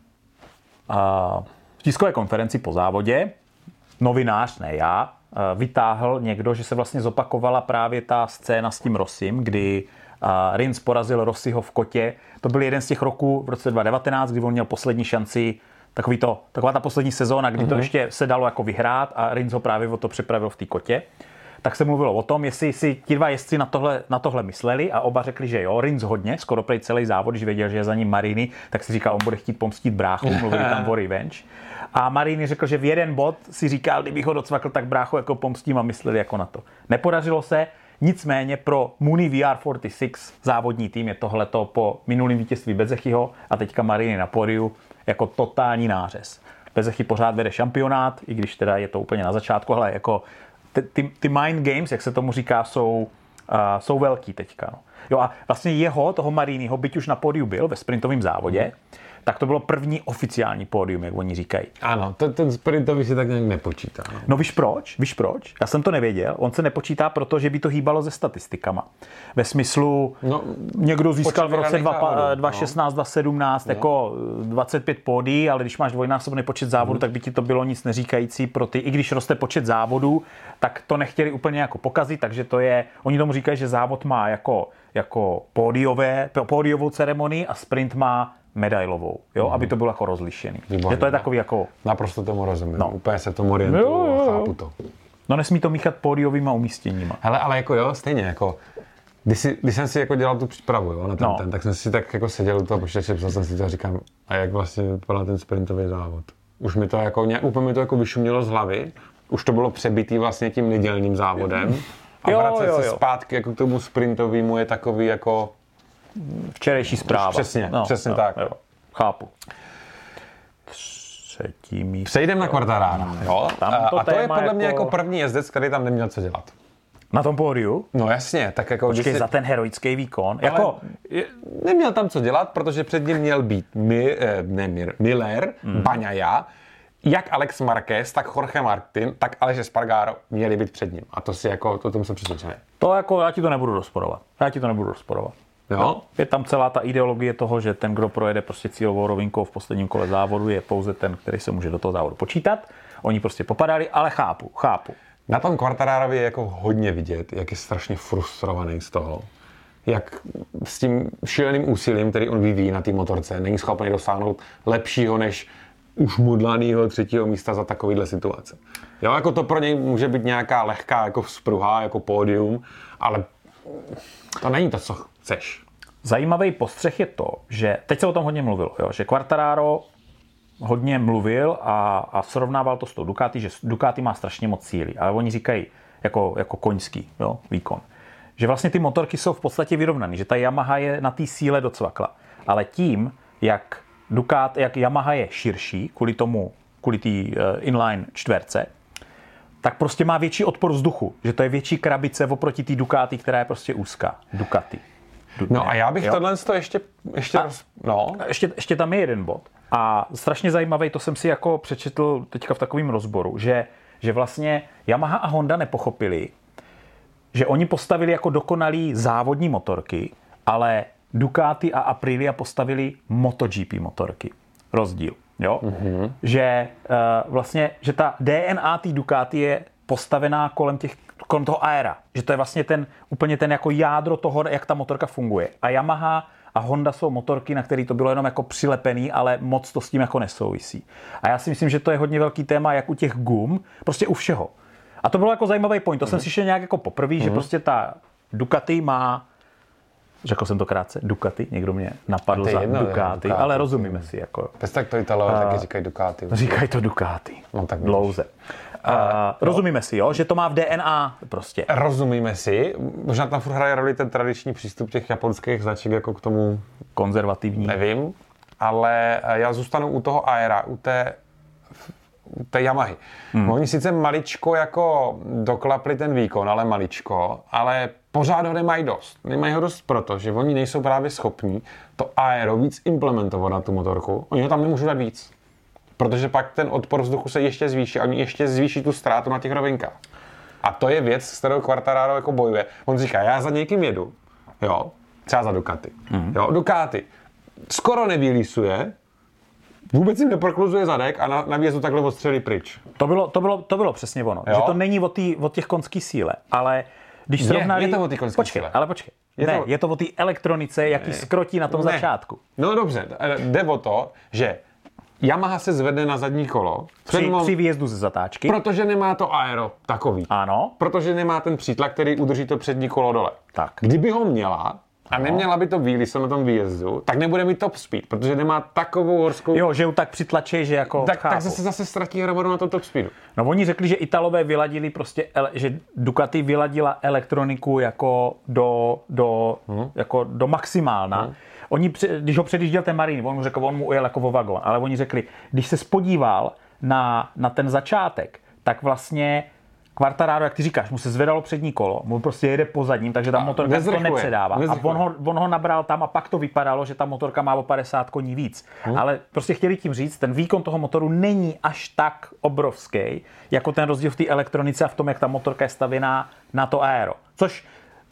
A v tiskové konferenci po závodě novinář, ne já, vytáhl někdo, že se vlastně zopakovala právě ta scéna s tím Rossim, kdy Rins porazil Rossiho v kotě. To byl jeden z těch roků v roce dva tisíce devatenáct, kdy on měl poslední šanci, takový to, taková ta poslední sezóna, kdy mm-hmm. to ještě se dalo jako vyhrát a Rins ho právě o to připravil v té kotě. Tak se mluvilo o tom, jestli si ti dva jezdci na tohle, na tohle mysleli a oba řekli, že jo, Rins hodně, skoro prej celý závod, když věděl, že je za ním Marini, tak si říkal, on bude chtít pomstit bráchu, mluvili tam o revenge. A Marini řekl, že v jeden bod si říkal, kdybych ho docvakl, tak bráchu jako pomstím a mysleli jako na to. Nepodařilo se, nicméně pro Mooney V R čtyřicet šest závodní tým je tohleto po minulém vítězství Bezechyho a teďka Marini na pódiu jako totální nářez. Bezechy pořád vede šampionát, i když teda je to úplně na začátku, ale jako ty, ty mind games, jak se tomu říká, jsou, uh, jsou velký teďka. No. Jo a vlastně jeho, toho Mariniho, byť už na pódiu byl ve sprintovém závodě, mm. tak to bylo první oficiální pódium, jak oni říkají. Ano, ten, ten sprintový si tak nějak nepočítá. No. no víš proč? Víš proč? Já jsem to nevěděl. On se nepočítá, protože by to hýbalo se statistikama. Ve smyslu, no, někdo získal v roce dva tisíce šestnáct, dva tisíce sedmnáct no. jako dvacet pět pódií, ale když máš dvojnásobný počet závodů, hmm. tak by ti to bylo nic neříkající pro ty. I když roste počet závodů, tak to nechtěli úplně jako pokazit, takže to je, oni tomu říkají, že závod má jako, jako pódiové, pódiovou ceremonii a sprint má medailovou, jo, mm. aby to bylo jako rozlišený. Výborný, že to je takový jako... Naprosto tomu rozumím, no. Úplně se tomu orientuju a chápu to. No nesmí to míchat pódiovýma umístěníma. Hele, ale jako jo, stejně jako, když, si, když jsem si jako dělal tu přípravu, jo, na ten, no. ten, tak jsem si tak jako seděl u toho počítače, psal jsem si to a říkám, a jak vlastně vypadá ten sprintový závod. Už mi to jako, nějak úplně mi to jako vyšumělo z hlavy, už to bylo přebitý vlastně tím nedělním závodem a jo, vracet jo, se jo. zpátky jako k tomu sprintovému je takový jako... Včerejší zpráva. Přesně, no, přesně no, tak. Jo. Chápu. Třetí místo. Přejdeme na Quartarara. Jo? Tam to a to je podle jako... mě jako první jezdec, který tam neměl co dělat. Na tom pódiu? No jasně, tak jako... Počkej, si... za ten heroický výkon. Ale jako... neměl tam co dělat, protože před ním měl být Mi, eh, ne, Mir, Miller, mm. Bagnaia, jak Alex Marquez, tak Jorge Martin, tak Aleix Espargaro měli být před ním. A to si jako, to tomu jsem přesvědčený. To jako, já ti to nebudu rozporovat. Já ti to nebudu rozporovat. Jo? Je tam celá ta ideologie toho, že ten, kdo projede prostě cílovou rovinkou v posledním kole závodu, je pouze ten, který se může do toho závodu počítat. Oni prostě popadali, ale chápu, chápu. Na tom Quartararovi je jako hodně vidět, jak je strašně frustrovaný z toho. Jak s tím šíleným úsilím, který on vyvíjí na té motorce, není schopný dosáhnout lepšího než už mudlanýho třetího místa za takovýhle situace. Jo, jako to pro něj může být nějaká lehká jako vzpruha, jako pódium, ale to není to, co chceš. Zajímavý postřeh je to, že teď se o tom hodně mluvilo, jo, že Quartararo hodně mluvil a, a srovnával to s tou Ducati, že Ducati má strašně moc síly, ale oni říkají jako, jako koňský, jo, výkon. Že vlastně ty motorky jsou v podstatě vyrovnaný, že ta Yamaha je na té síle docvakla. Ale tím, jak Ducati, jak Yamaha je širší, kvůli tomu, kvůli té uh, inline čtverce, tak prostě má větší odpor vzduchu. Že to je větší krabice oproti té Ducati, která je prostě úzká. Ducati. Du- no ne, a já bych jo? tohle to ještě... Ještě, a, roz... no. ještě, ještě tam je jeden bod. A strašně zajímavý, to jsem si jako přečetl teďka v takovém rozboru, že, že vlastně Yamaha a Honda nepochopili, že oni postavili jako dokonalý závodní motorky, ale Ducati a Aprilia postavili MotoGP motorky. Rozdíl. Jo? Mm-hmm. Že uh, vlastně, že ta D N A té Ducati je postavená kolem, těch, kolem toho aera. Že to je vlastně ten, úplně ten jako jádro toho, jak ta motorka funguje. A Yamaha a Honda jsou motorky, na který to bylo jenom jako přilepený, ale moc to s tím jako nesouvisí. A já si myslím, že to je hodně velký téma, jak u těch gum, prostě u všeho. A to bylo jako zajímavý point. To mm-hmm. jsem si šel nějak jako poprvé, mm-hmm. že prostě ta Ducati má, řekl jsem to krátce, Ducati, někdo mě napadl za jedno, Ducati, Ducati, ale rozumíme si. Jako. Bez tak to Italové taky říkají Ducati. Říkají to Ducati. No tak dlouze. Uh, uh, rozumíme si, jo? Že to má v D N A prostě. Rozumíme si. Možná tam furt hraje roli ten tradiční přístup těch japonských značek jako k tomu konzervativní. Nevím, ale já zůstanu u toho aera, u té, u té Yamahy. Hmm. Oni sice maličko jako doklapli ten výkon, ale maličko, ale pořád ho nemají dost. Nemají ho dost proto, že oni nejsou právě schopní to aero víc implementovat na tu motorku. Oni ho tam nemůžou dát víc. Protože pak ten odpor vzduchu se ještě zvýší a oni ještě zvýší tu ztrátu na těch rovinkách. A to je věc, s kterou Quartararo jako bojuje. On říká, já za někým jedu, jo, Třeba za Ducati. Mm. Jo, Ducati skoro nevylísuje, vůbec jim neprokluzuje zadek a na, na výjezdu takhle odstřelí pryč. To bylo, to bylo, to bylo přesně ono, jo? Že to není o, tý, o těch konský síle, ale když srovnali... Je, je to o té konský počkej, síle. Ale počkej, je ne, to... je to o té elektronice, jaký skrotí na tom ne. začátku. No dobře, jde o to, že Yamaha se zvedne na zadní kolo. Při, mom... při výjezdu ze zatáčky. Protože nemá to aero takový. Ano. Protože nemá ten přítlak, který udrží to přední kolo dole. Tak. Kdyby ho měla a neměla by to výliso na tom výjezdu, tak nebude mít top speed, protože nemá takovou horskou... Jo, že ju tak přitlačí, že jako Tak, tak zase, zase ztratí hromadu na tom top speedu. No oni řekli, že Italové vyladili prostě, ele, že Ducati vyladila elektroniku jako do, do, hmm. jako do maximálna. Hmm. Oni, když ho předjížděl ten Marini, on mu řekl, on mu ujel jako o vagón, ale oni řekli, když se spodíval na, na ten začátek, tak vlastně Quartararo, jak ty říkáš, mu se zvedalo přední kolo, mu prostě jede po zadním, takže ta motorka to nepředává. Nezrychluje. A on ho, on ho nabral tam a pak to vypadalo, že ta motorka má o padesát koní víc. Hmm. Ale prostě chtěli tím říct, ten výkon toho motoru není až tak obrovský, jako ten rozdíl v té elektronice a v tom, jak ta motorka je stavěná na to aero. Což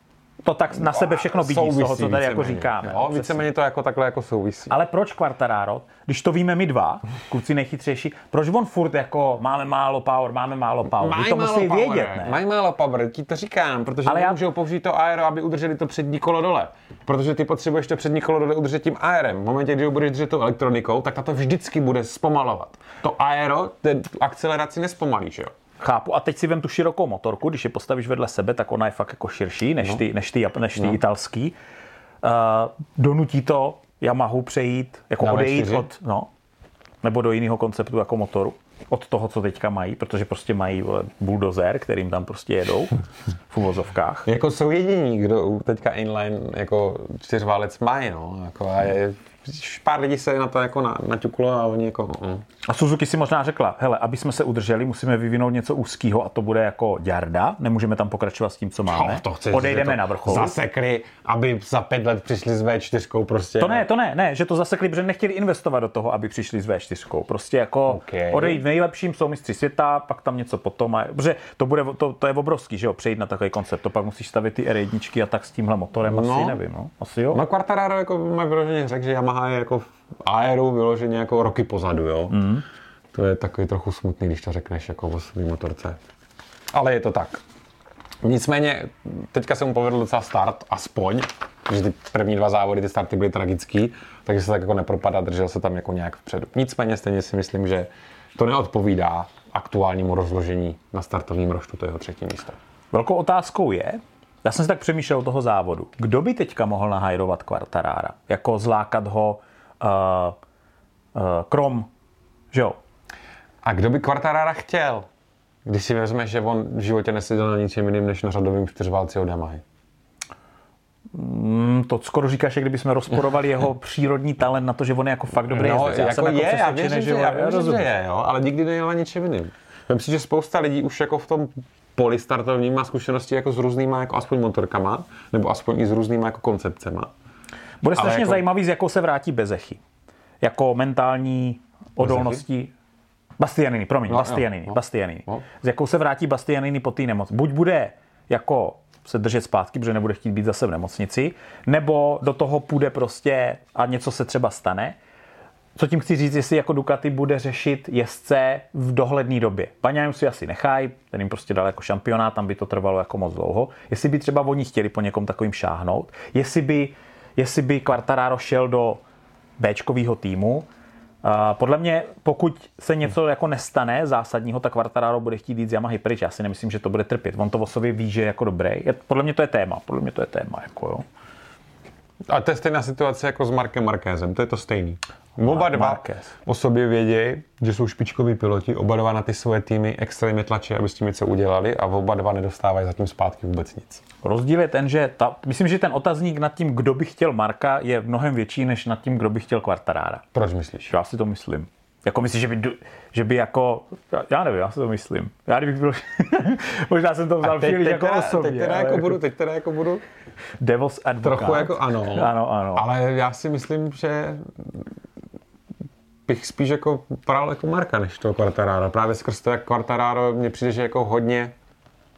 to tak na sebe všechno vidí z toho, co tady jako říkáme. Jo, víceméně to jako takhle jako souvisí. Ale proč Quartararo, když to víme my dva, kluci nejchytřejší, proč on furt jako máme málo power, máme málo power? Mají to musí power, vědět, ne? Mají málo power, ti to říkám, protože ale nemůžou já... použít to aero, aby udrželi to přední kolo dole. Protože ty potřebuješ to přední kolo dole udržet tím aerem. V momentě, kdy ho budeš držet tou elektronikou, tak to vždycky bude zpomalovat. To aero, tu akceleraci nespomalíš, jo? Chápu. A teď si vem tu širokou motorku, když je postavíš vedle sebe, tak ona je fakt jako širší než ty, než ty, než ty no. italský. Uh, donutí to Yamahu přejít, jako na odejít od, no, nebo do jiného konceptu jako motoru. Od toho, co teďka mají, protože prostě mají bulldozer, kterým tam prostě jedou v uvozovkách. Jako jsou jediní, kdo teďka inline jako čtyřválec mají, no. Jako a je, pár lidí se na to jako na, naťuklo a oni jako... Mm. A Suzuki si možná řekla, hele, aby jsme se udrželi, musíme vyvinout něco úzkýho a to bude jako Giarda, nemůžeme tam pokračovat s tím, co máme. No, to chceš, odejdeme to na vrchol. Zasekli, aby za pět let přišli s vé čtyři prostě. To ne, to ne, ne, že to zasekli, protože nechtěli investovat do toho, aby přišli s vé čtyři. Prostě jako okay. Odejít v nejlepším, jsou mistři světa, pak tam něco potom. A, protože to, bude, to, to je obrovský, že jo, přejít na takový koncept. To pak musíš stavit ty R jedna a tak s tímhle motorem, no. Asi nevím, no. Asi jo. No Quartararo jako má vyloženě řekl, že Yamaha je jako v aeru vyloženě jako roky pozadu, jo. Mm. To je takový trochu smutný, když to řekneš jako o svý motorce. Ale je to tak. Nicméně, teďka se mu povedl docela start, aspoň, že ty první dva závody, ty starty byly tragický, takže se tak jako nepropadá, držel se tam jako nějak vpředu. Nicméně stejně si myslím, že to neodpovídá aktuálnímu rozložení na startovním roštu, to jeho třetí místo. Velkou otázkou je, já jsem si tak přemýšlel o toho závodu, kdo by teďka mohl nahajrovat Quartarara? Jako zlákat ho uh, uh, Krom, že jo? A kdo by Quartarara chtěl, když si vezmeš, že on v životě neseděl na ničem jiným, než na řadovým čtyřválci od Yamahy? Mm, to skoro říkáš, jak kdybychom rozporovali jeho přírodní talent na to, že on je jako fakt dobrý no, jezdec. Já jako jsem je, jako já věřím, že, já věřím, že je, jo, ale nikdy nejel na ničem jiným. Myslím si, že spousta lidí už jako v tom polistartovním má zkušenosti jako s různýma jako aspoň motorkama, nebo aspoň i s různýma jako koncepcema. Bude strašně jako... zajímavý, z jakou se vrátí Bezechy. Jako mentální odolností. Bastianini, promiň, no, Bastianini, no, Bastianini. No. Z jakou se vrátí Bastianini po té nemoci. Buď bude jako se držet zpátky, protože nebude chtít být zase v nemocnici, nebo do toho půjde prostě a něco se třeba stane. Co tím chci říct, jestli jako Ducati bude řešit jezdce v dohledné době. Baňájů si asi nechají, ten jim prostě dal jako šampionát, tam by to trvalo jako moc dlouho. Jestli by třeba oni chtěli po někom takovým šáhnout, jestli by, jestli by Quartararo šel do béčkového týmu. Uh, podle mě, pokud se něco jako nestane zásadního, tak Quartararo bude chtít jít z Yamahy pryč. Já si nemyslím, že to bude trpět. On to o sobě ví, že je jako dobrý. Podle mě to je téma. Podle mě to je téma. Jako, jo. A to je stejná situace jako s Markem Marquezem. To je to stejný. Oba dva Marquez. O sobě vědějí, že jsou špičkoví piloti. Oba dva na ty svoje týmy extrémně tlačí, aby s tím něco udělali a oba dva nedostávají zatím zpátky vůbec nic. Rozdíl je ten, že ta, myslím, že ten otazník nad tím, kdo by chtěl Marka, je mnohem větší, než nad tím, kdo by chtěl Quartarara. Proč myslíš? Já si to myslím. Jako myslíš, že by, že by jako... Já nevím, já si to myslím. Já kdybych byl... možná jsem to vzal příliš jako osobně. Teď teda jako, jako budu, teď teda jako budu... Devil's advocate. Trochu jako ano. Ano, ano. Ale já si myslím, že bych spíš jako bral jako Marka, než toho Quartararo. Právě skrz to, jak Quartararo mně přijde, že jako hodně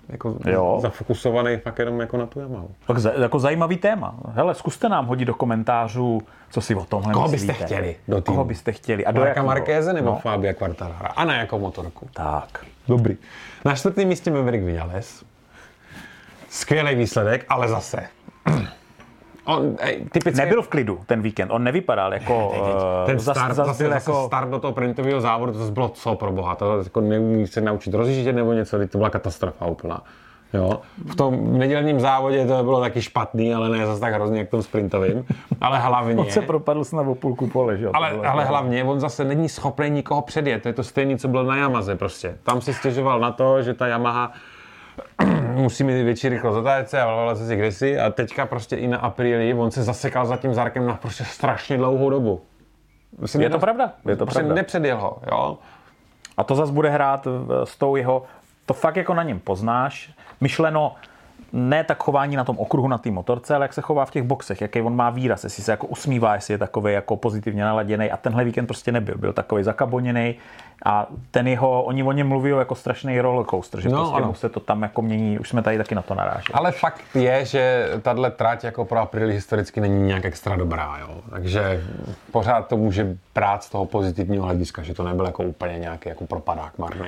jako jo. zafokusovaný fakt jenom jako na tu Yamahu. Tak za, jako zajímavý téma. Hele, zkuste nám hodit do komentářů, co si o tomhle Koho myslíte. byste chtěli do týmu? Koho byste chtěli? A do Marka jakého? Markéze nebo No. Fabia Quartarara? A na jakou motorku? Tak. Dobrý. Na čtvrtém místě Maverick Viñales. Skvělý výsledek, ale zase. On ej, typicky... Nebyl v klidu ten víkend, on nevypadal jako... Ten zas, start, zas zase, byl zase jako... start do toho printového závodu, to zase bylo co pro boha. To jako neumí se naučit rozjíždět nebo něco, to byla katastrofa úplná. Jo. V tom nedělním závodě to bylo taky špatný, ale ne zase tak hrozně jak v tom sprintovým. Ale hlavně... On se propadl snad o půlku pole, že jo? Ale, ale hlavně on zase není schopný nikoho předjet. To je to stejné, co bylo na Yamaze prostě. Tam si stěžoval na to, že ta Yamaha musí mít větší rychlost zatájece a vlavala se si kdysi a teďka prostě i na Aprilii on se zasekal za tím Zarkem na prostě strašně dlouhou dobu. Je to, to pravda, je to prostě pravda. Nepředjel ho, jo. A to zase bude hrát s tou jeho, to fakt jako na něm poznáš, myšleno ne tak chování na tom okruhu na té motorce, ale jak se chová v těch boxech, jaký on má výraz, jestli se jako usmívá, jestli je takový jako pozitivně naladěný a tenhle víkend prostě nebyl, byl takový zakaboněný a ten jeho, oni o něm mluví jako strašný rollercoaster, že no, prostě ano. mu se to tam jako mění, už jsme tady taky na to naráželi. Ale fakt je, že tahle trať jako pro Aprilia historicky není nějak extra dobrá, jo. Takže pořád to může brát z toho pozitivního hlediska, že to nebyl jako úplně nějaký jako propadák marný.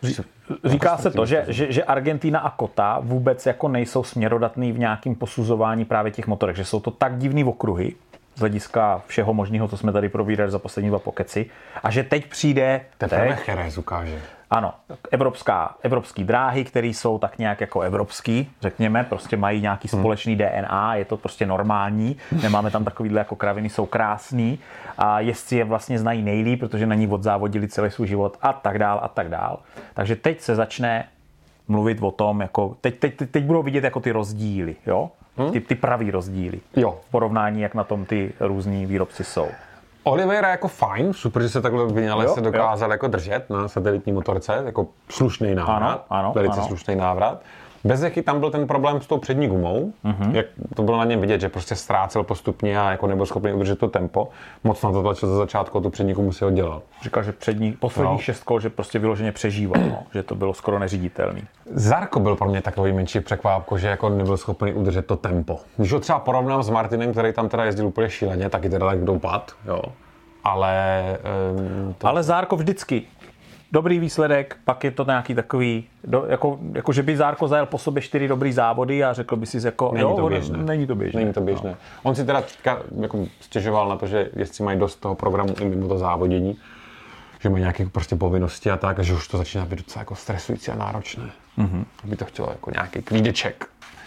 Říká se to, že, že, že Argentina a Kota vůbec jako nejsou směrodatný v nějakém posuzování právě těch motorek, že jsou to tak divný okruhy z hlediska všeho možného, co jsme tady probírali za poslední dva pokeci, a že teď přijde... Teprve Jerez ukáže. Ano, evropská, evropský dráhy, které jsou tak nějak jako evropský, řekněme, prostě mají nějaký společný D N A, je to prostě normální, nemáme tam takovýhle jako kraviny, jsou krásný a jezdci je vlastně znají nejlíp, protože na ní odzávodili celý svůj život a tak dál a tak dál. Takže teď se začne mluvit o tom, jako teď, teď, teď budou vidět jako ty rozdíly, jo? Ty, ty pravý rozdíly. Jo. V porovnání, jak na tom ty různí výrobci jsou. Oliveira jako fajn, super, že se takhle Viñales se dokázal jo. jako držet na satelitní motorce, jako slušný návrat, ano, ano, velice ano. slušný návrat. Bez jaký tam byl ten problém s tou přední gumou, mm-hmm. jak to bylo na něm vidět, že prostě ztrácel postupně a jako nebyl schopný udržet to tempo. Moc na to tlačil ze začátku, tu přední gumu si ho dělal. Říkal, že přední, posledních no. šest kol, že prostě vyloženě přežíval, no, že to bylo skoro neříditelný. Zarko byl pro mě takový menší překvápko, že jako nebyl schopný udržet to tempo. Když ho třeba porovnám s Martinem, který tam teda jezdil úplně šíleně, taky teda tak dopad, jo. Ale... Um, to... Ale Zarko vždycky. Dobrý výsledek, pak je to nějaký takový, do, jako, jako že by Zarko zajel po sobě čtyři dobrý závody a řekl by si jako, není jo, to běžné. Není to běžné. Není to běžné. No. On si teda jako stěžoval na to, že jezdci mají dost toho programu i mimo to závodění, že mají nějaké prostě povinnosti a tak, a že už to začíná být docela jako stresující a náročné. Mm-hmm. Aby to chtělo jako nějaký klídeček.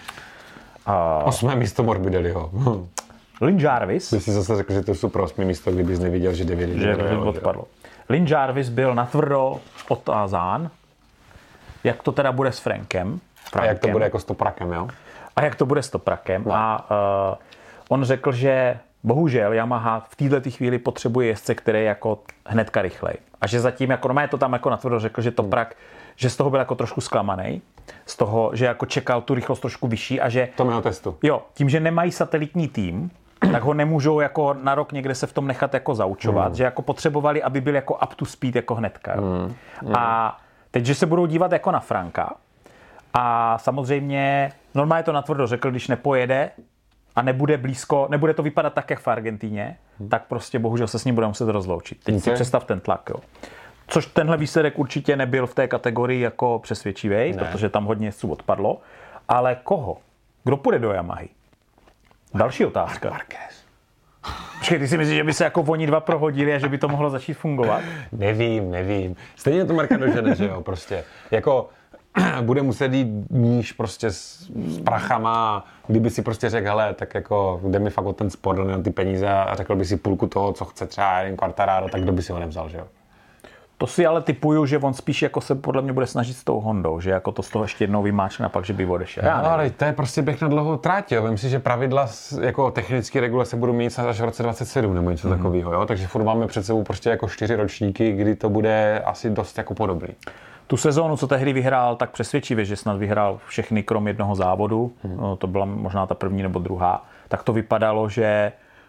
A... Osmé místo Morbidelliho. Lynn Jarvis. By si zase řekl, že to je super osmé místo, kdybys neviděl, že devět že odpadlo. Lynn Jarvis byl natvrdo otázán, jak to teda bude s Frankem. Frankem. A jak to bude jako s Toprakem, jo? A jak to bude s Toprakem. No. A uh, on řekl, že bohužel Yamaha v této chvíli potřebuje jezdce, který je jako hnedka rychlej. A že zatím, jako no, to tam jako natvrdo řekl, že Toprak, hmm. že z toho byl jako trošku zklamaný. Z toho, že jako čekal tu rychlost trošku vyšší a že... To mého testu. Jo, tím, že nemají satelitní tým, tak ho nemůžou jako na rok někde se v tom nechat jako zaučovat, mm. že jako potřebovali, aby byl jako up to speed jako hnedka. Jo. Mm. Mm. A teď, že se budou dívat jako na Franka a samozřejmě normálně to natvrdo řekl, když nepojede a nebude blízko, nebude to vypadat tak, jak v Argentíně, mm. tak prostě bohužel se s ním bude muset rozloučit. Teď okay. si představ ten tlak, jo. Což tenhle výsledek určitě nebyl v té kategorii jako přesvědčivý, protože tam hodně jezdců odpadlo. Ale koho? Kdo půjde do Yamahy? Další otázka. Marquez. Počkej, ty si myslíš, že by se jako oni dva prohodili a že by to mohlo začít fungovat? Nevím, nevím. Stejně to Marka dožene, že jo, prostě. Jako bude muset jít níž prostě s, s prachama, kdyby si prostě řekl, hele, tak jako jde mi fakt o ten sport, o ty peníze a řekl by si půlku toho, co chce třeba jen Quartararo, tak kdo by si ho nevzal, že jo? To si ale typuju, že on spíš jako se podle mě bude snažit s tou Hondou, že jako to z toho ještě jednou vymáčne a pak, že by odešel. No, ale to je prostě běh na dlouhou tráť, jo. Vím si, že pravidla jako technické regulace budou mít až v roce dvacet sedm nebo něco mm-hmm. takového, jo. Takže furt máme před sebou prostě jako čtyři ročníky, kdy to bude asi dost jako podobný. Tu sezónu, co tehdy vyhrál, tak přesvědčivě, že snad vyhrál všechny krom jednoho závodu, mm. no, to byla možná ta první nebo druhá, tak to vypadalo, že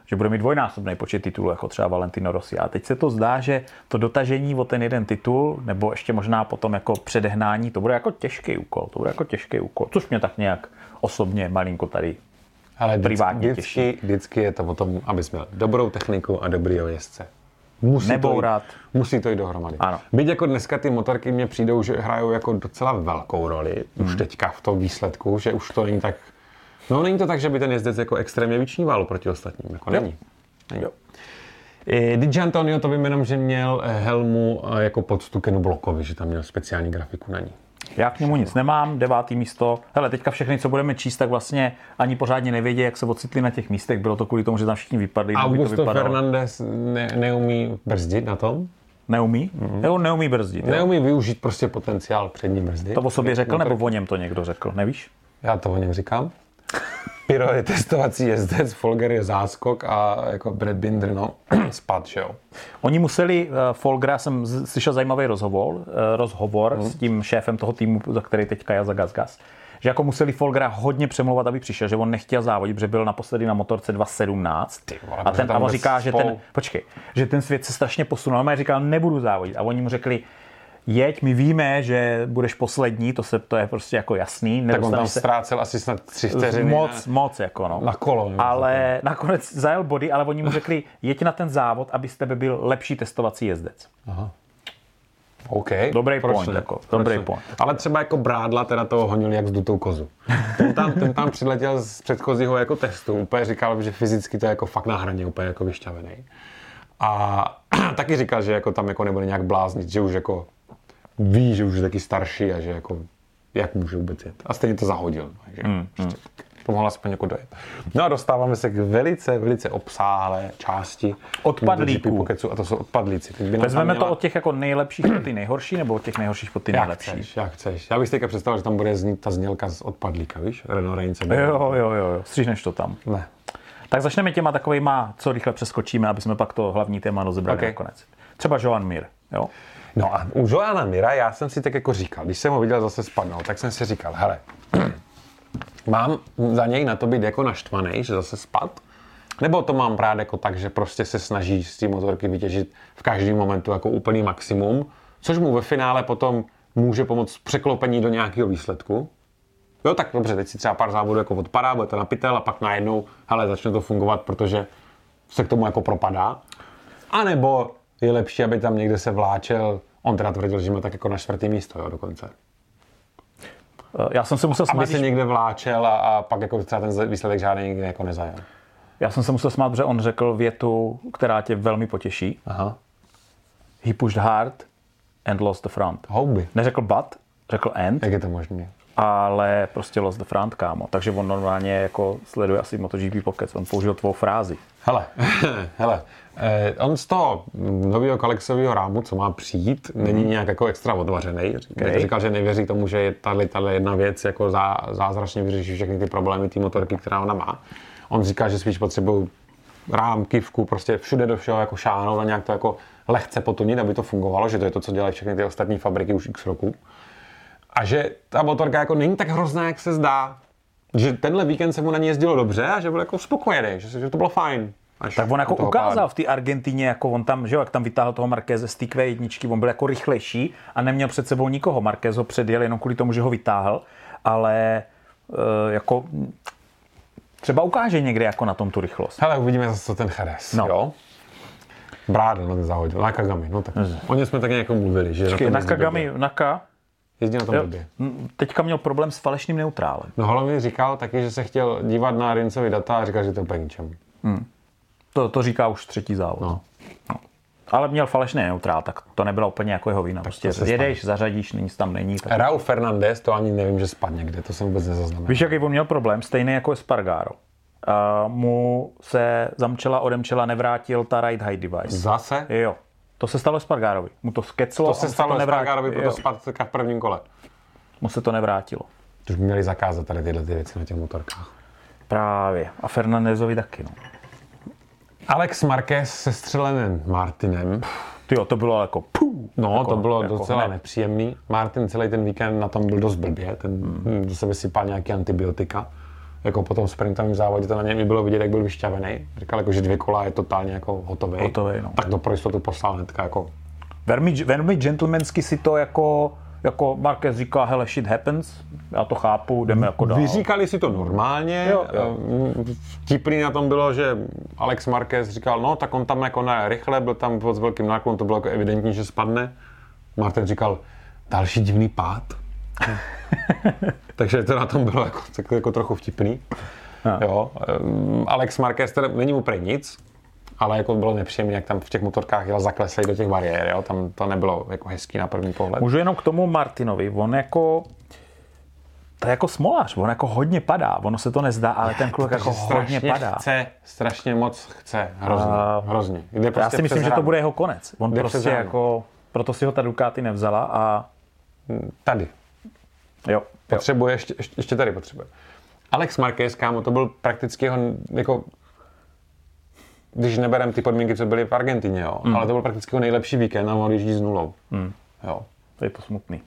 že bude mít dvojnásobný počet titulů, jako třeba Valentino Rossi. A teď se to zdá, že to dotažení o ten jeden titul, nebo ještě možná potom jako předehnání, to bude jako těžký úkol. To bude jako těžký úkol, což mě tak nějak osobně malinko tady ale privátně vždycky, těší. Vždycky je to o tom, abys měl dobrou techniku a dobrýho jezdce. Musí Nebourat. To jít, musí to jít dohromady. Ano. Byť jako dneska ty motorky mně přijdou, že hrajou jako docela velkou roli, hmm. už teďka v tom výsledku, že už to není tak. No není to tak, že by ten jezdec jako extrémně vyčníval proti ostatním, jako není. není. Jo. Di Gianantonio, to vím jenom, že měl helmu jako poctu Kenu Blockovi, že tam měl speciální grafiku na ní. Já k němu nic nemám, devátý místo. Hele, teďka všechny, co budeme číst, tak vlastně ani pořádně nevědí, jak se ocitli na těch místech. Bylo to kvůli tomu, že tam všichni vypadli. Augusto Fernandez ne, neumí brzdit na tom? Neumí? Mm-hmm. Nebo neumí brzdit? Neumí jo? využít prostě potenciál přední brzdy. To o sobě řekl, nebo o něm to někdo řekl, nevíš? Já to o něm říkám. Piro je testovací jezdec, Folger je záskok a jako Brad Binder, no, spad, že jo. Oni museli, uh, Folgera, jsem z, slyšel zajímavý rozhovor, uh, rozhovor hmm. s tím šéfem toho týmu, za který teďka je za Gas Gas, že jako museli Folgera hodně přemlouvat, aby přišel, že on nechtěl závodit, protože byl naposledy na motorce dva sedmnáct. A ten a on říká, že ten, počkej, že ten svět se strašně posunul, ale říkal, nebudu závodit. A oni mu řekli, jeď, my víme, že budeš poslední, to, se, to je prostě jako jasný. Tak on tam se... ztrácel asi snad tři vteřiny. Moc, na... moc jako no. Na kolo. Ale nakonec zajel body, ale oni mu řekli, jeď na ten závod, aby z tebe byl lepší testovací jezdec. Aha. OK. Dobrý Proč point, ne? jako. Proč Dobrý ne? point. Ale třeba jako Brádla teda toho honil jak zdutou kozu. Ten tam, ten tam přiletěl z předchozího jako testu. Úplně říkal, že fyzicky to je jako fakt na hraně, úplně jako vyšťavený. A taky říkal, že jako tam jako nebude nějak bláznit, že už jako ví, že už je taky starší a že jako jak může vůbec jet. A stejně to zahodil. Takže mm, mm. pomohla aspoň jako dojet. No a dostáváme se k velice, velice obsáhlé části odpadlíků. A to jsou odpadlíci. Vezmeme měla... to od těch jako nejlepších po ty nejhorší, nebo od těch nejhorších po ty jak nejlepší? Chceš, jak chceš. Já bych si teďka představil, že tam bude znít ta znělka z odpadlíka, víš? Renault Raince. Jo, jo, jo, jo. Stříhneš to tam. Ne. Tak začneme těma takovejma, co rychle přeskočíme, aby jsme pak to hlavní téma rozebrali okay. nakonec. Třeba Joan Mir, jo? No a u Joana Mira já jsem si tak jako říkal, když jsem ho viděl zase spadnout, tak jsem si říkal, hele, mám za něj na to být jako naštvaný, že zase spad? Nebo to mám brát jako tak, že prostě se snaží z té motorky vytěžit v každém momentu jako úplný maximum, což mu ve finále potom může pomoct překlopení do nějakého výsledku? Jo, tak dobře, teď si třeba pár závodů jako odpadá, bude to na pytel a pak najednou, hele, začne to fungovat, protože se k tomu jako propadá. A nebo je lepší, aby tam někde se vláčel, on teda tvrdil, že má tak jako na čtvrtý místo, jo, dokonce. Já jsem se musel smát, aby se někde vláčel a, a pak jako třeba ten výsledek žádný nikdy jako nezajel. Já jsem se musel smát, protože on řekl větu, která tě velmi potěší. Aha. He pushed hard and lost the front. Houby. Neřekl but, řekl and. Jak je to možné? Ale prostě lost the front, kámo. Takže on normálně jako sleduje asi MotoGP Pocket. On použil tvou frázi. Hele, hele, eh, on z toho nového Kalexového rámu, co má přijít, mm. není nějak jako extra odvařený. Říkal, říkal, že nevěří tomu, že je tady, tady jedna věc jako zá, zázračně vyřeší všechny ty problémy té motorky, která ona má. On říká, že spíš potřebují rám, kivku, prostě všude do všeho jako šáhnout a nějak to jako lehce potunit, aby to fungovalo, že to je to, co dělají všechny ty ostatní fabriky už x roku. A že ta motorka jako není tak hrozná, jak se zdá. Že tenhle víkend se mu na ní jezdilo dobře a že byl jako spokojený, že, že to bylo fajn. Tak on jako ukázal v té Argentině, jako on tam, že jo, jak tam vytáhl toho Marqueze z té Q jedna, on byl jako rychlejší a neměl před sebou nikoho. Marquez ho předjel jenom kvůli tomu, že ho vytáhl, ale e, jako třeba ukáže někde jako na tom tu rychlost. Hele, uvidíme zase ten Jerez, no. Jo? Brádl na to zahodil, na Kagami, no tak. Mm. O něm jsme tak nějak mluvili, že Počkej, na Kagami, Naka jezdí na tom blbě. Teďka měl problém s falešným neutrálem. No hlavně říkal taky, že se chtěl dívat na Rincovi data a říkal, že to je úplně ničemu. Hmm. To, to říká už třetí závod. No. No. Ale měl falešný neutrál, tak to nebylo úplně jako jeho vína. Prostě jedeš, stane. Zařadíš, nic tam není. Tak... Raúl Fernández, to ani nevím, že spadne kde, to jsem vůbec nezaznamenal. Víš, jaký on měl problém? Stejný jako Espargaro. Uh, mu se zamčela, odemčela, nevrátil ta ride high device. Zase? Jo. To se stalo Espargarovi. Mu to skeclo. To se stalo Espargarovi, proto spadl v prvním kole. Mu se to nevrátilo. Už by měli zakázat tady tyhle ty věci na těch motorkách. Právě. A Fernandezovi taky, no. Alex Marquez se střelenem Martinem. Tyjo, to bylo jako pů. No, jako, to bylo jako docela hned. nepříjemný. Martin celý ten víkend na tom byl dost blbě. Ten hmm. do sebe sypal nějaký antibiotika. jako po tom sprintovém závodě to na něm bylo vidět, jak byl vyšťavený. Říkal, jako, že dvě kola je totálně jako hotový. Hotový, no. Tak to pro jistotu poslal hnedka jako... Velmi, velmi gentlemansky si to jako, jako Marquez říká, hele, shit happens, já to chápu, jdeme jako dál. Vyříkali si to normálně. Jo, jo. Vtipný na tom bylo, že Alex Marquez říkal, no tak on tam jako na rychle, byl tam pod velkým náklonem, to bylo jako evidentní, že spadne. Martin říkal, další divný pád. Takže to na tom bylo jako, jako trochu vtipný. Jo. Alex Marquez teda není mu prej nic, ale jako bylo nepříjemné, jak tam v těch motorkách jel zakleslej do těch bariér, jo. Tam to nebylo jako hezký na první pohled. Můžu jenom k tomu Martinovi, on jako, to je jako smolař, on jako hodně padá, ono se to nezdá, ale ten kluk jako hodně padá. Chce, strašně moc chce, hrozně, a... hrozně. Jde prostě já si myslím, že to bude jeho konec. On Jde prostě jako, proto si ho ta Ducati nevzala a... Tady. Jo. Potřebuje, ještě, ještě tady potřebuje. Alex Marquez, kámo, to byl prakticky jeho, jako, když neberem ty podmínky, co byly v Argentině, jo, mm. ale to byl prakticky jeho nejlepší víkend a on jezdí s nulou. Mm. Jo. To je to smutný.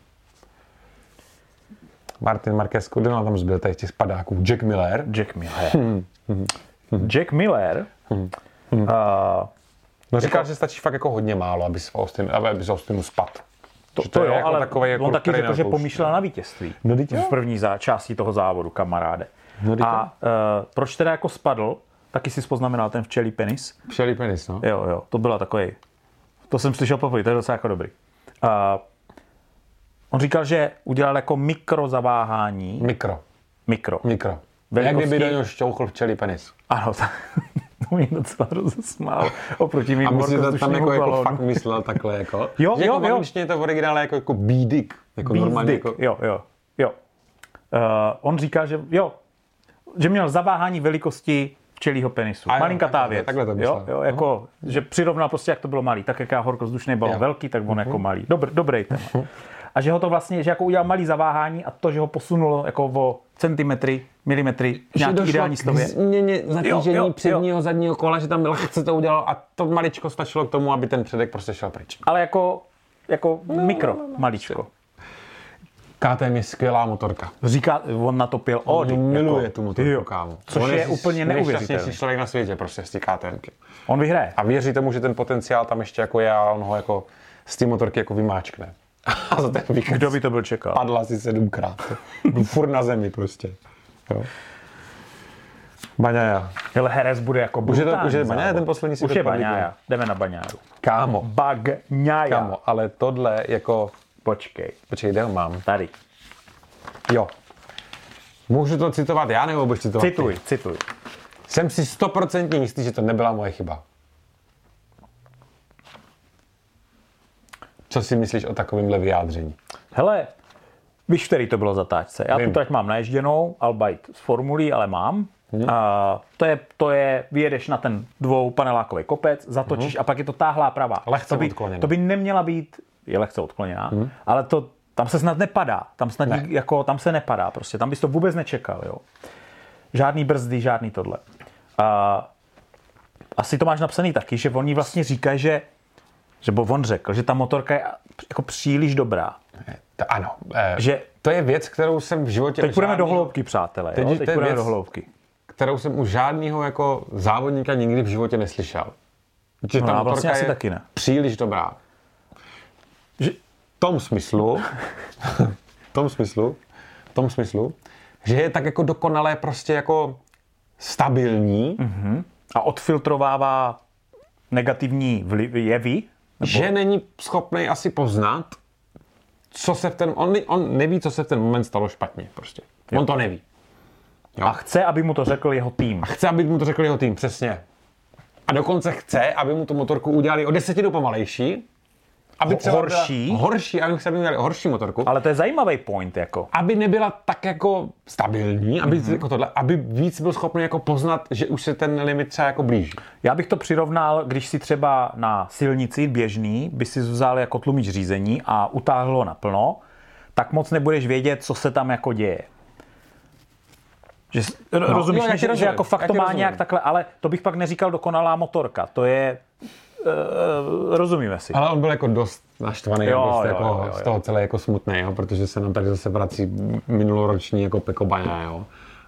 Martin Marquez, kdo tam zbyl tady z těch spadáků? Jack Miller. Jack Miller. Hmm. Jack Miller. Hmm. Hmm. Uh, no říkal, jako, že stačí fakt jako hodně málo, aby z Austinu, aby z Austinu spadl. To, to, to jo, jako ale takovej, jako on taky řekl, že pomýšlel na vítězství no, v první zá, části toho závodu, kamaráde. No, a uh, proč teda jako spadl, taky si poznamenal ten včelí penis. Včelí penis, no. Jo, jo, to byla takovej, to jsem slyšel poprvé, to je docela jako dobrý. Uh, on říkal, že udělal jako mikrozaváhání. Mikro. Mikro. Mikro. Velikosti... Jak kdyby do něho šťouchl včelí penis. Ano, to mě docela rozesmál oproti mým a myslím, že tam jako, jako balónu. Fakt myslel takhle jako. Jo, že jo, jako jo. je to v originále jako, jako bídik. Jako normálně jako... Jo, jo, jo. Uh, on říká, že jo, že měl zaváhání velikosti včelího penisu. Malinkatá věc. Takhle to myslel. Jo, jo, jako, uh-huh. že přirovnal prostě, jak to bylo malý. Tak jak já horkozdušný balón jo. velký, tak on uh-huh. jako malý. Dobr, dobrý téma. Uh-huh. A že ho to vlastně, že jako udělal malý zaváhání a to, že ho posunulo jako o centimetry, milimetry, nějaký ideální stově. Změně zatížení předního, zadního kola, že tam lehce to udělalo a to maličko stačilo k tomu, aby ten předek prostě šel pryč. Ale jako, jako no, mikro, no, no, maličko. K T M je skvělá motorka. Říká, on natopil Audi. On miluje jako, tu motorku, kámo. Což on je, je úplně neuvěřitelný. Nejšťastnější člověk na světě prostě z té KTMky. On vyhraje. A věří tomu, že ten potenciál tam ještě jako je a on ho jako z té motorky jako vymáčkne. A za ten víkend kdo by to byl čekal? Padl asi sedmkrát. Byl furt na zemi prostě. Jo. Baňaja. Hele, Jerez bude jako brutální. Už je, to, už je Baňaja ten poslední si Už je Baňaja. Jdeme na Baňáju. Kámo. Bagňaja. Kámo, ale tohle jako... Počkej. Počkej, kde ho mám? Tady. Jo. Můžu to citovat já, nebo budeš citovat Cituj, ty? cituj. Jsem si stoprocentně jistý, že to nebyla moje chyba. Co si myslíš o takovémhle vyjádření? Hele, víš, který to bylo zatáčce. Já Vím. tu trať mám naježděnou, albeit z formulí, ale mám. Hmm. A to je, to je, vyjedeš na ten dvoupanelákový kopec, zatočíš hmm. a pak je to táhlá pravá. Lehce to by, odkloněná. To by neměla být, je lehce odkloněná, hmm. ale to, tam se snad nepadá. Tam snad ne. jako, tam se nepadá prostě. Tam bys to vůbec nečekal, jo. Žádný brzdy, žádný tohle. A asi to máš napsaný taky, že oni vlastně říkají, že že bo on řekl, že ta motorka je jako příliš dobrá. To, ano. Eh, že to je věc, kterou jsem v životě... Teď půjdeme do hloubky, přátelé. Teď, jo? Teď půjdeme věc, do hloubky. Kterou jsem u žádného jako závodníka nikdy v životě neslyšel. Že no, ta motorka vlastně je asi taky ne. příliš dobrá. Že v tom smyslu, v tom smyslu, v tom smyslu, že je tak jako dokonale prostě jako stabilní. Mm-hmm. A odfiltrovává negativní vlivy, jevy. Nebo... Že není schopný asi poznat, co se v ten... On, on neví, co se v ten moment stalo špatně prostě. Jo. On to neví. Jo. A chce, aby mu to řekl jeho tým. A chce, aby mu to řekl jeho tým, přesně. A dokonce chce, aby mu tu motorku udělali o desetinu pomalejší. Aby třeba horší. Horší, aby se udělali horší motorku. Ale to je zajímavý point, jako. Aby nebyla tak jako stabilní, aby, mm-hmm. jako tohle, aby víc byl schopný jako poznat, že už se ten limit třeba jako blíží. Já bych to přirovnal, když si třeba na silnici běžný by si vzal jako tlumič řízení a utáhl ho naplno, tak moc nebudeš vědět, co se tam jako děje. Že, no, rozumíš, jo, že, že jako fakt to má rozumím. Nějak takhle, ale to bych pak neříkal dokonalá motorka. To je... Uh, rozumíme si. Ale on byl jako dost naštvaný, jo, dost jo, jako jo, jo, z toho celé jako smutný, jo, protože se nám tady zase vrací minuloroční jako Peko Baňa, jo.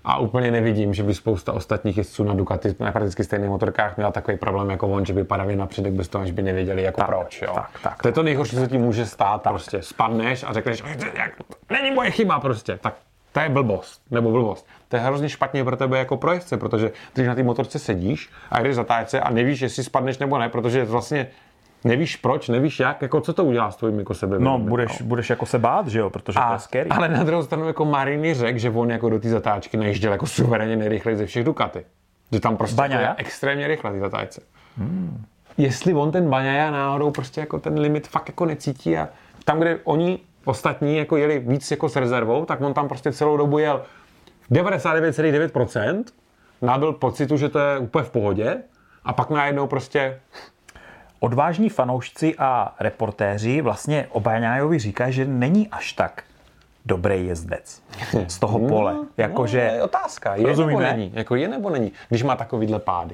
A úplně nevidím, že by spousta ostatních jezdců na Ducati na prakticky stejných motorkách měla takový problém jako on, že by padali na předek bez toho, až by nevěděli jako tak, proč. Jo? Tak, tak, to je to nejhorší, co ti může stát. Tak. Prostě spadneš a řekneš, není moje chyba prostě. Tak to je blbost, nebo blbost. To je hrozně špatně pro tebe jako pro jezdce, protože když na té motorce sedíš a jdeš zatáčce a nevíš, jestli spadneš nebo ne, protože vlastně nevíš proč, nevíš jak, jako co to udělá s tvojím jako sebe. No, budeš, no. budeš jako se bát, že jo, protože a, to je scary. Ale na druhou stranu jako Marini řekl, že on jako do té zatáčky najížděl jako suverénně nejrychleji ze všech Ducati. Že tam prostě jako je extrémně rychle ty zatáčce. Hmm. Jestli on ten Bagnaia náhodou prostě jako ten limit fakt jako necítí a tam, kde oni ostatní jako jeli víc jako s rezervou, tak on tam prostě celou dobu jel devadesát devět celá devět procent, nabyl pocitu, že to je úplně v pohodě a pak najednou prostě... Odvážní fanoušci a reportéři vlastně o Bagnaiovi říkají, že není až tak dobrý jezdec z toho pole. No, jako, no, že... je otázka, je nebo není. Jako je nebo není, když má takovýhle pády.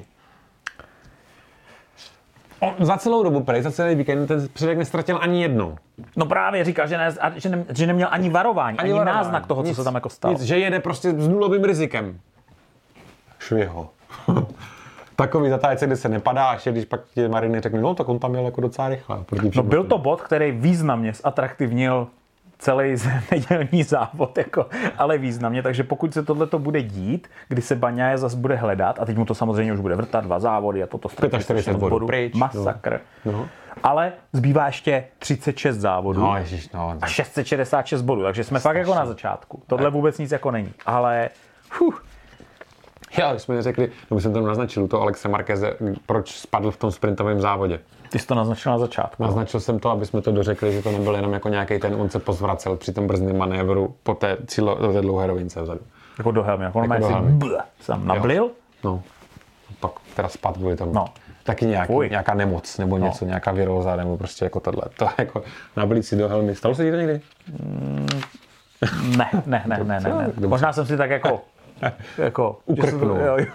On za celou dobu, prej, za celý víkend ten předek nestratil ani jednou. No právě říkal, že, ne, že, ne, že neměl ani varování, ani, ani varování. náznak toho, nic, co se tam jako stalo. Nic, že jede prostě s nulovým rizikem. Šviho. Takový zatájce, kde se nepadá, až když pak ti Marini řekne, no tak on tam jel jako docela rychle. No byl to bod, který významně zatraktivnil celý nedělní závod, jako, ale významně, takže pokud se tohleto bude dít, kdy se Bagnaia zase bude hledat, a teď mu to samozřejmě už bude vrtat, dva závody a toto čtyřicet bodů pryč, masakr. No. No. Ale zbývá ještě třicet šest závodů no, ježiš, no, a šest set šedesát šest bodů, takže jsme fakt jako na začátku. Tohle vůbec nic jako není, ale... Fuh. Já, jsme řekli, nebo jsem tam naznačil to Alexe Marqueze, proč spadl v tom sprintovém závodě. Ty jsi to naznačil na začátku. Naznačil jsem to, aby jsme to dořekli, že to nebyl jenom jako nějaký ten, on se pozvracel při tom brzdném manévru po té, cílo, do té dlouhé rovince vzadu. Jako do helmy, jako, jako do helmy. Jsem nablil. Jo. No, pak teda spadl kvůli tomu. No. Taky nějaký, nějaká nemoc, nebo něco, no. Nějaká viróza, nebo prostě jako tohle. To jako nablít si do helmy. Stalo se ti to někdy? Mm, ne, ne, ne, ne, ne, ne. Možná jsem si tak jako... jako ukrknul.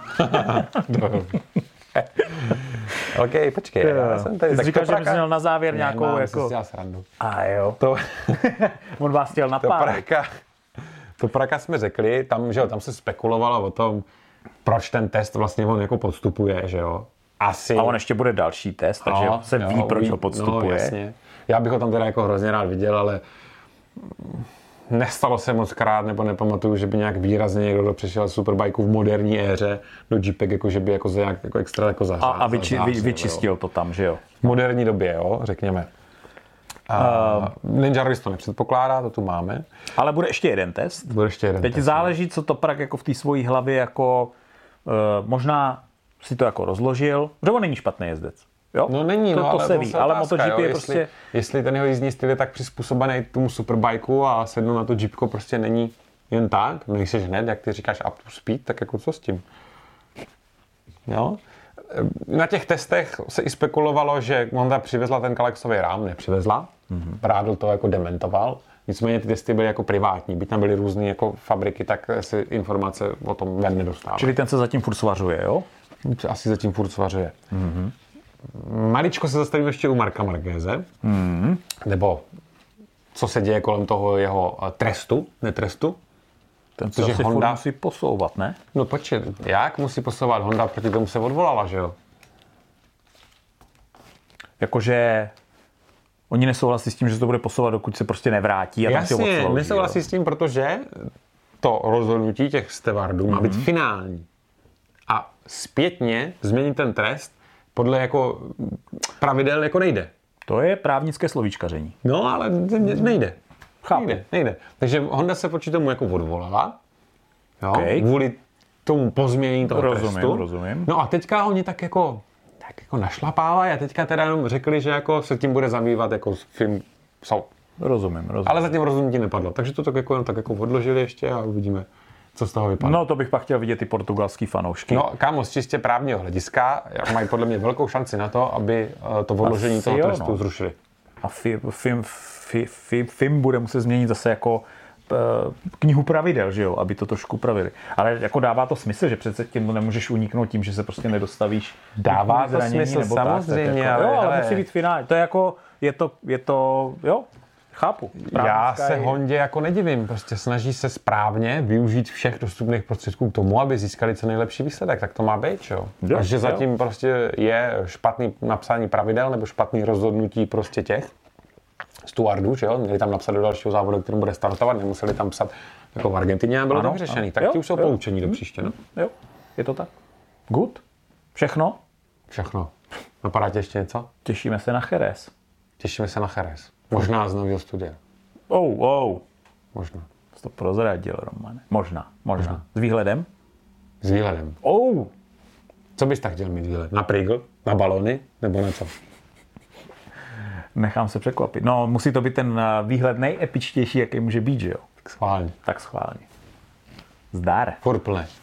OK, počkej. Jo. Já jsem tady, Ty jsi říkal, že bys měl na závěr ne, nějakou mám, jako... Já srandu. A jo. To... On vás chtěl to praka, to praka jsme řekli, tam, že jo, tam se spekulovalo o tom, proč ten test vlastně on jako podstupuje, že jo. Asi... A on ještě bude další test, takže no, se jo, ví, proč ho podstupuje. No, jasně. Já bych ho tam teda jako hrozně rád viděl, ale nestalo se moc krát, nebo nepamatuju, že by nějak výrazně někdo, kdo přišel z Superbikeu v moderní éře do Jeepek, jako že by jako, nějak, jako extra jako zahrál. A, a vyči, vy, vyčistil jo. to tam, že jo? V moderní době, jo, řekněme. Uh, Ninja Race to nepředpokládá, to tu máme. Ale bude ještě jeden test. Bude ještě jeden Teď test. záleží, co to prak jako v té svojí hlavě jako uh, možná si to jako rozložil, že on není špatný jezdec. Jo? No není, to, no, to ale se ví, ale MotoGP je jestli, prostě... Jestli ten jeho jízdní styl je tak přizpůsobený tomu Superbikeu a sednout na to Jeepko prostě není jen tak, nejseš hned, jak ty říkáš up to speed, tak jako co s tím? Jo? Na těch testech se i spekulovalo, že Honda přivezla ten Kalexový rám, nepřivezla, mm-hmm. Brádl to jako dementoval, nicméně ty testy byly jako privátní, byť tam byly různé jako fabriky, tak si informace o tom ven nedostávaly. Čili ten se zatím furt svařuje, jo? Asi zatím furt svařuje. Mm-hmm. Maličko se zastavím ještě u Marka Marqueze, mm. nebo co se děje kolem toho jeho trestu, netrestu. Ten se asi Honda musí posouvat, ne? No počkej, jak musí posouvat? Honda proti tomu se odvolala, že jo? Jakože oni nesouhlasí s tím, že se to bude posouvat, dokud se prostě nevrátí a tam Jasně, si odslouží. nesouhlasí jo? s tím, protože to rozhodnutí těch stevardů mm-hmm. má být finální. A zpětně změnit ten trest podle jako pravidel jako nejde. To je právnické slovíčkaření. No, ale nejde. Chápu. Nejde, nejde. Takže Honda se proti tomu jako odvolala. Jo, okay. Kvůli tomu pozměnění toho rozumím, trestu. Rozumím. No a teďka oni tak jako, tak jako našlapávají a teďka teda jenom řekli, že jako se tím bude zabývat jako film soud. Rozumím, rozumím. Ale zatím rozhodnutí nepadlo. Takže to tak jako, tak jako odložili ještě a uvidíme, co z toho vypadá. No to bych pak chtěl vidět ty portugalský fanoušky. No kámo, z čistě právního hlediska mají podle mě velkou šanci na to, aby to odložení toho jo, trestu no. zrušili. A film, film, film, film bude muset změnit zase jako knihu pravidel, že jo, aby to trošku upravili. Ale jako dává to smysl, že přece tím to nemůžeš uniknout tím, že se prostě nedostavíš. Dává to smysl, nebo samozřejmě, tak, ale, jako, ale, jo, ale ale musí být finální. To je jako, je to, je to, jo. Chápu. Já se je... Hondě jako nedivím, prostě snaží se správně využít všech dostupných prostředků k tomu, aby získali co nejlepší výsledek, tak to má být, jo. Jo, A že jo. zatím prostě je špatný napsání pravidel nebo špatný rozhodnutí prostě těch stewardů, že jo, měli tam napsat do dalšího závodu, který bude startovat, nemuseli tam psat jako v Argentině a bylo Ano, to vyřešený, ano. tak Jo, ti už jsou jo. poučení do příště, no. Jo, je to tak. Good. Všechno? Všechno. Napadá tě ještě něco? Těšíme se na Jerez. Těšíme se na Jerez. Možná z nového studia. Oh, oh. Možná. Jsi to prozradil, Romane. Možná, možná. možná. S výhledem? S výhledem. Oh. Co bys tak chtěl mít výhled? Na prýgl? Na balony? Nebo na co? Nechám se překvapit. No, musí to být ten výhled nejepičtější, jaký může být, že jo? Tak schválně. Tak schválně. Zdar. Furt plné.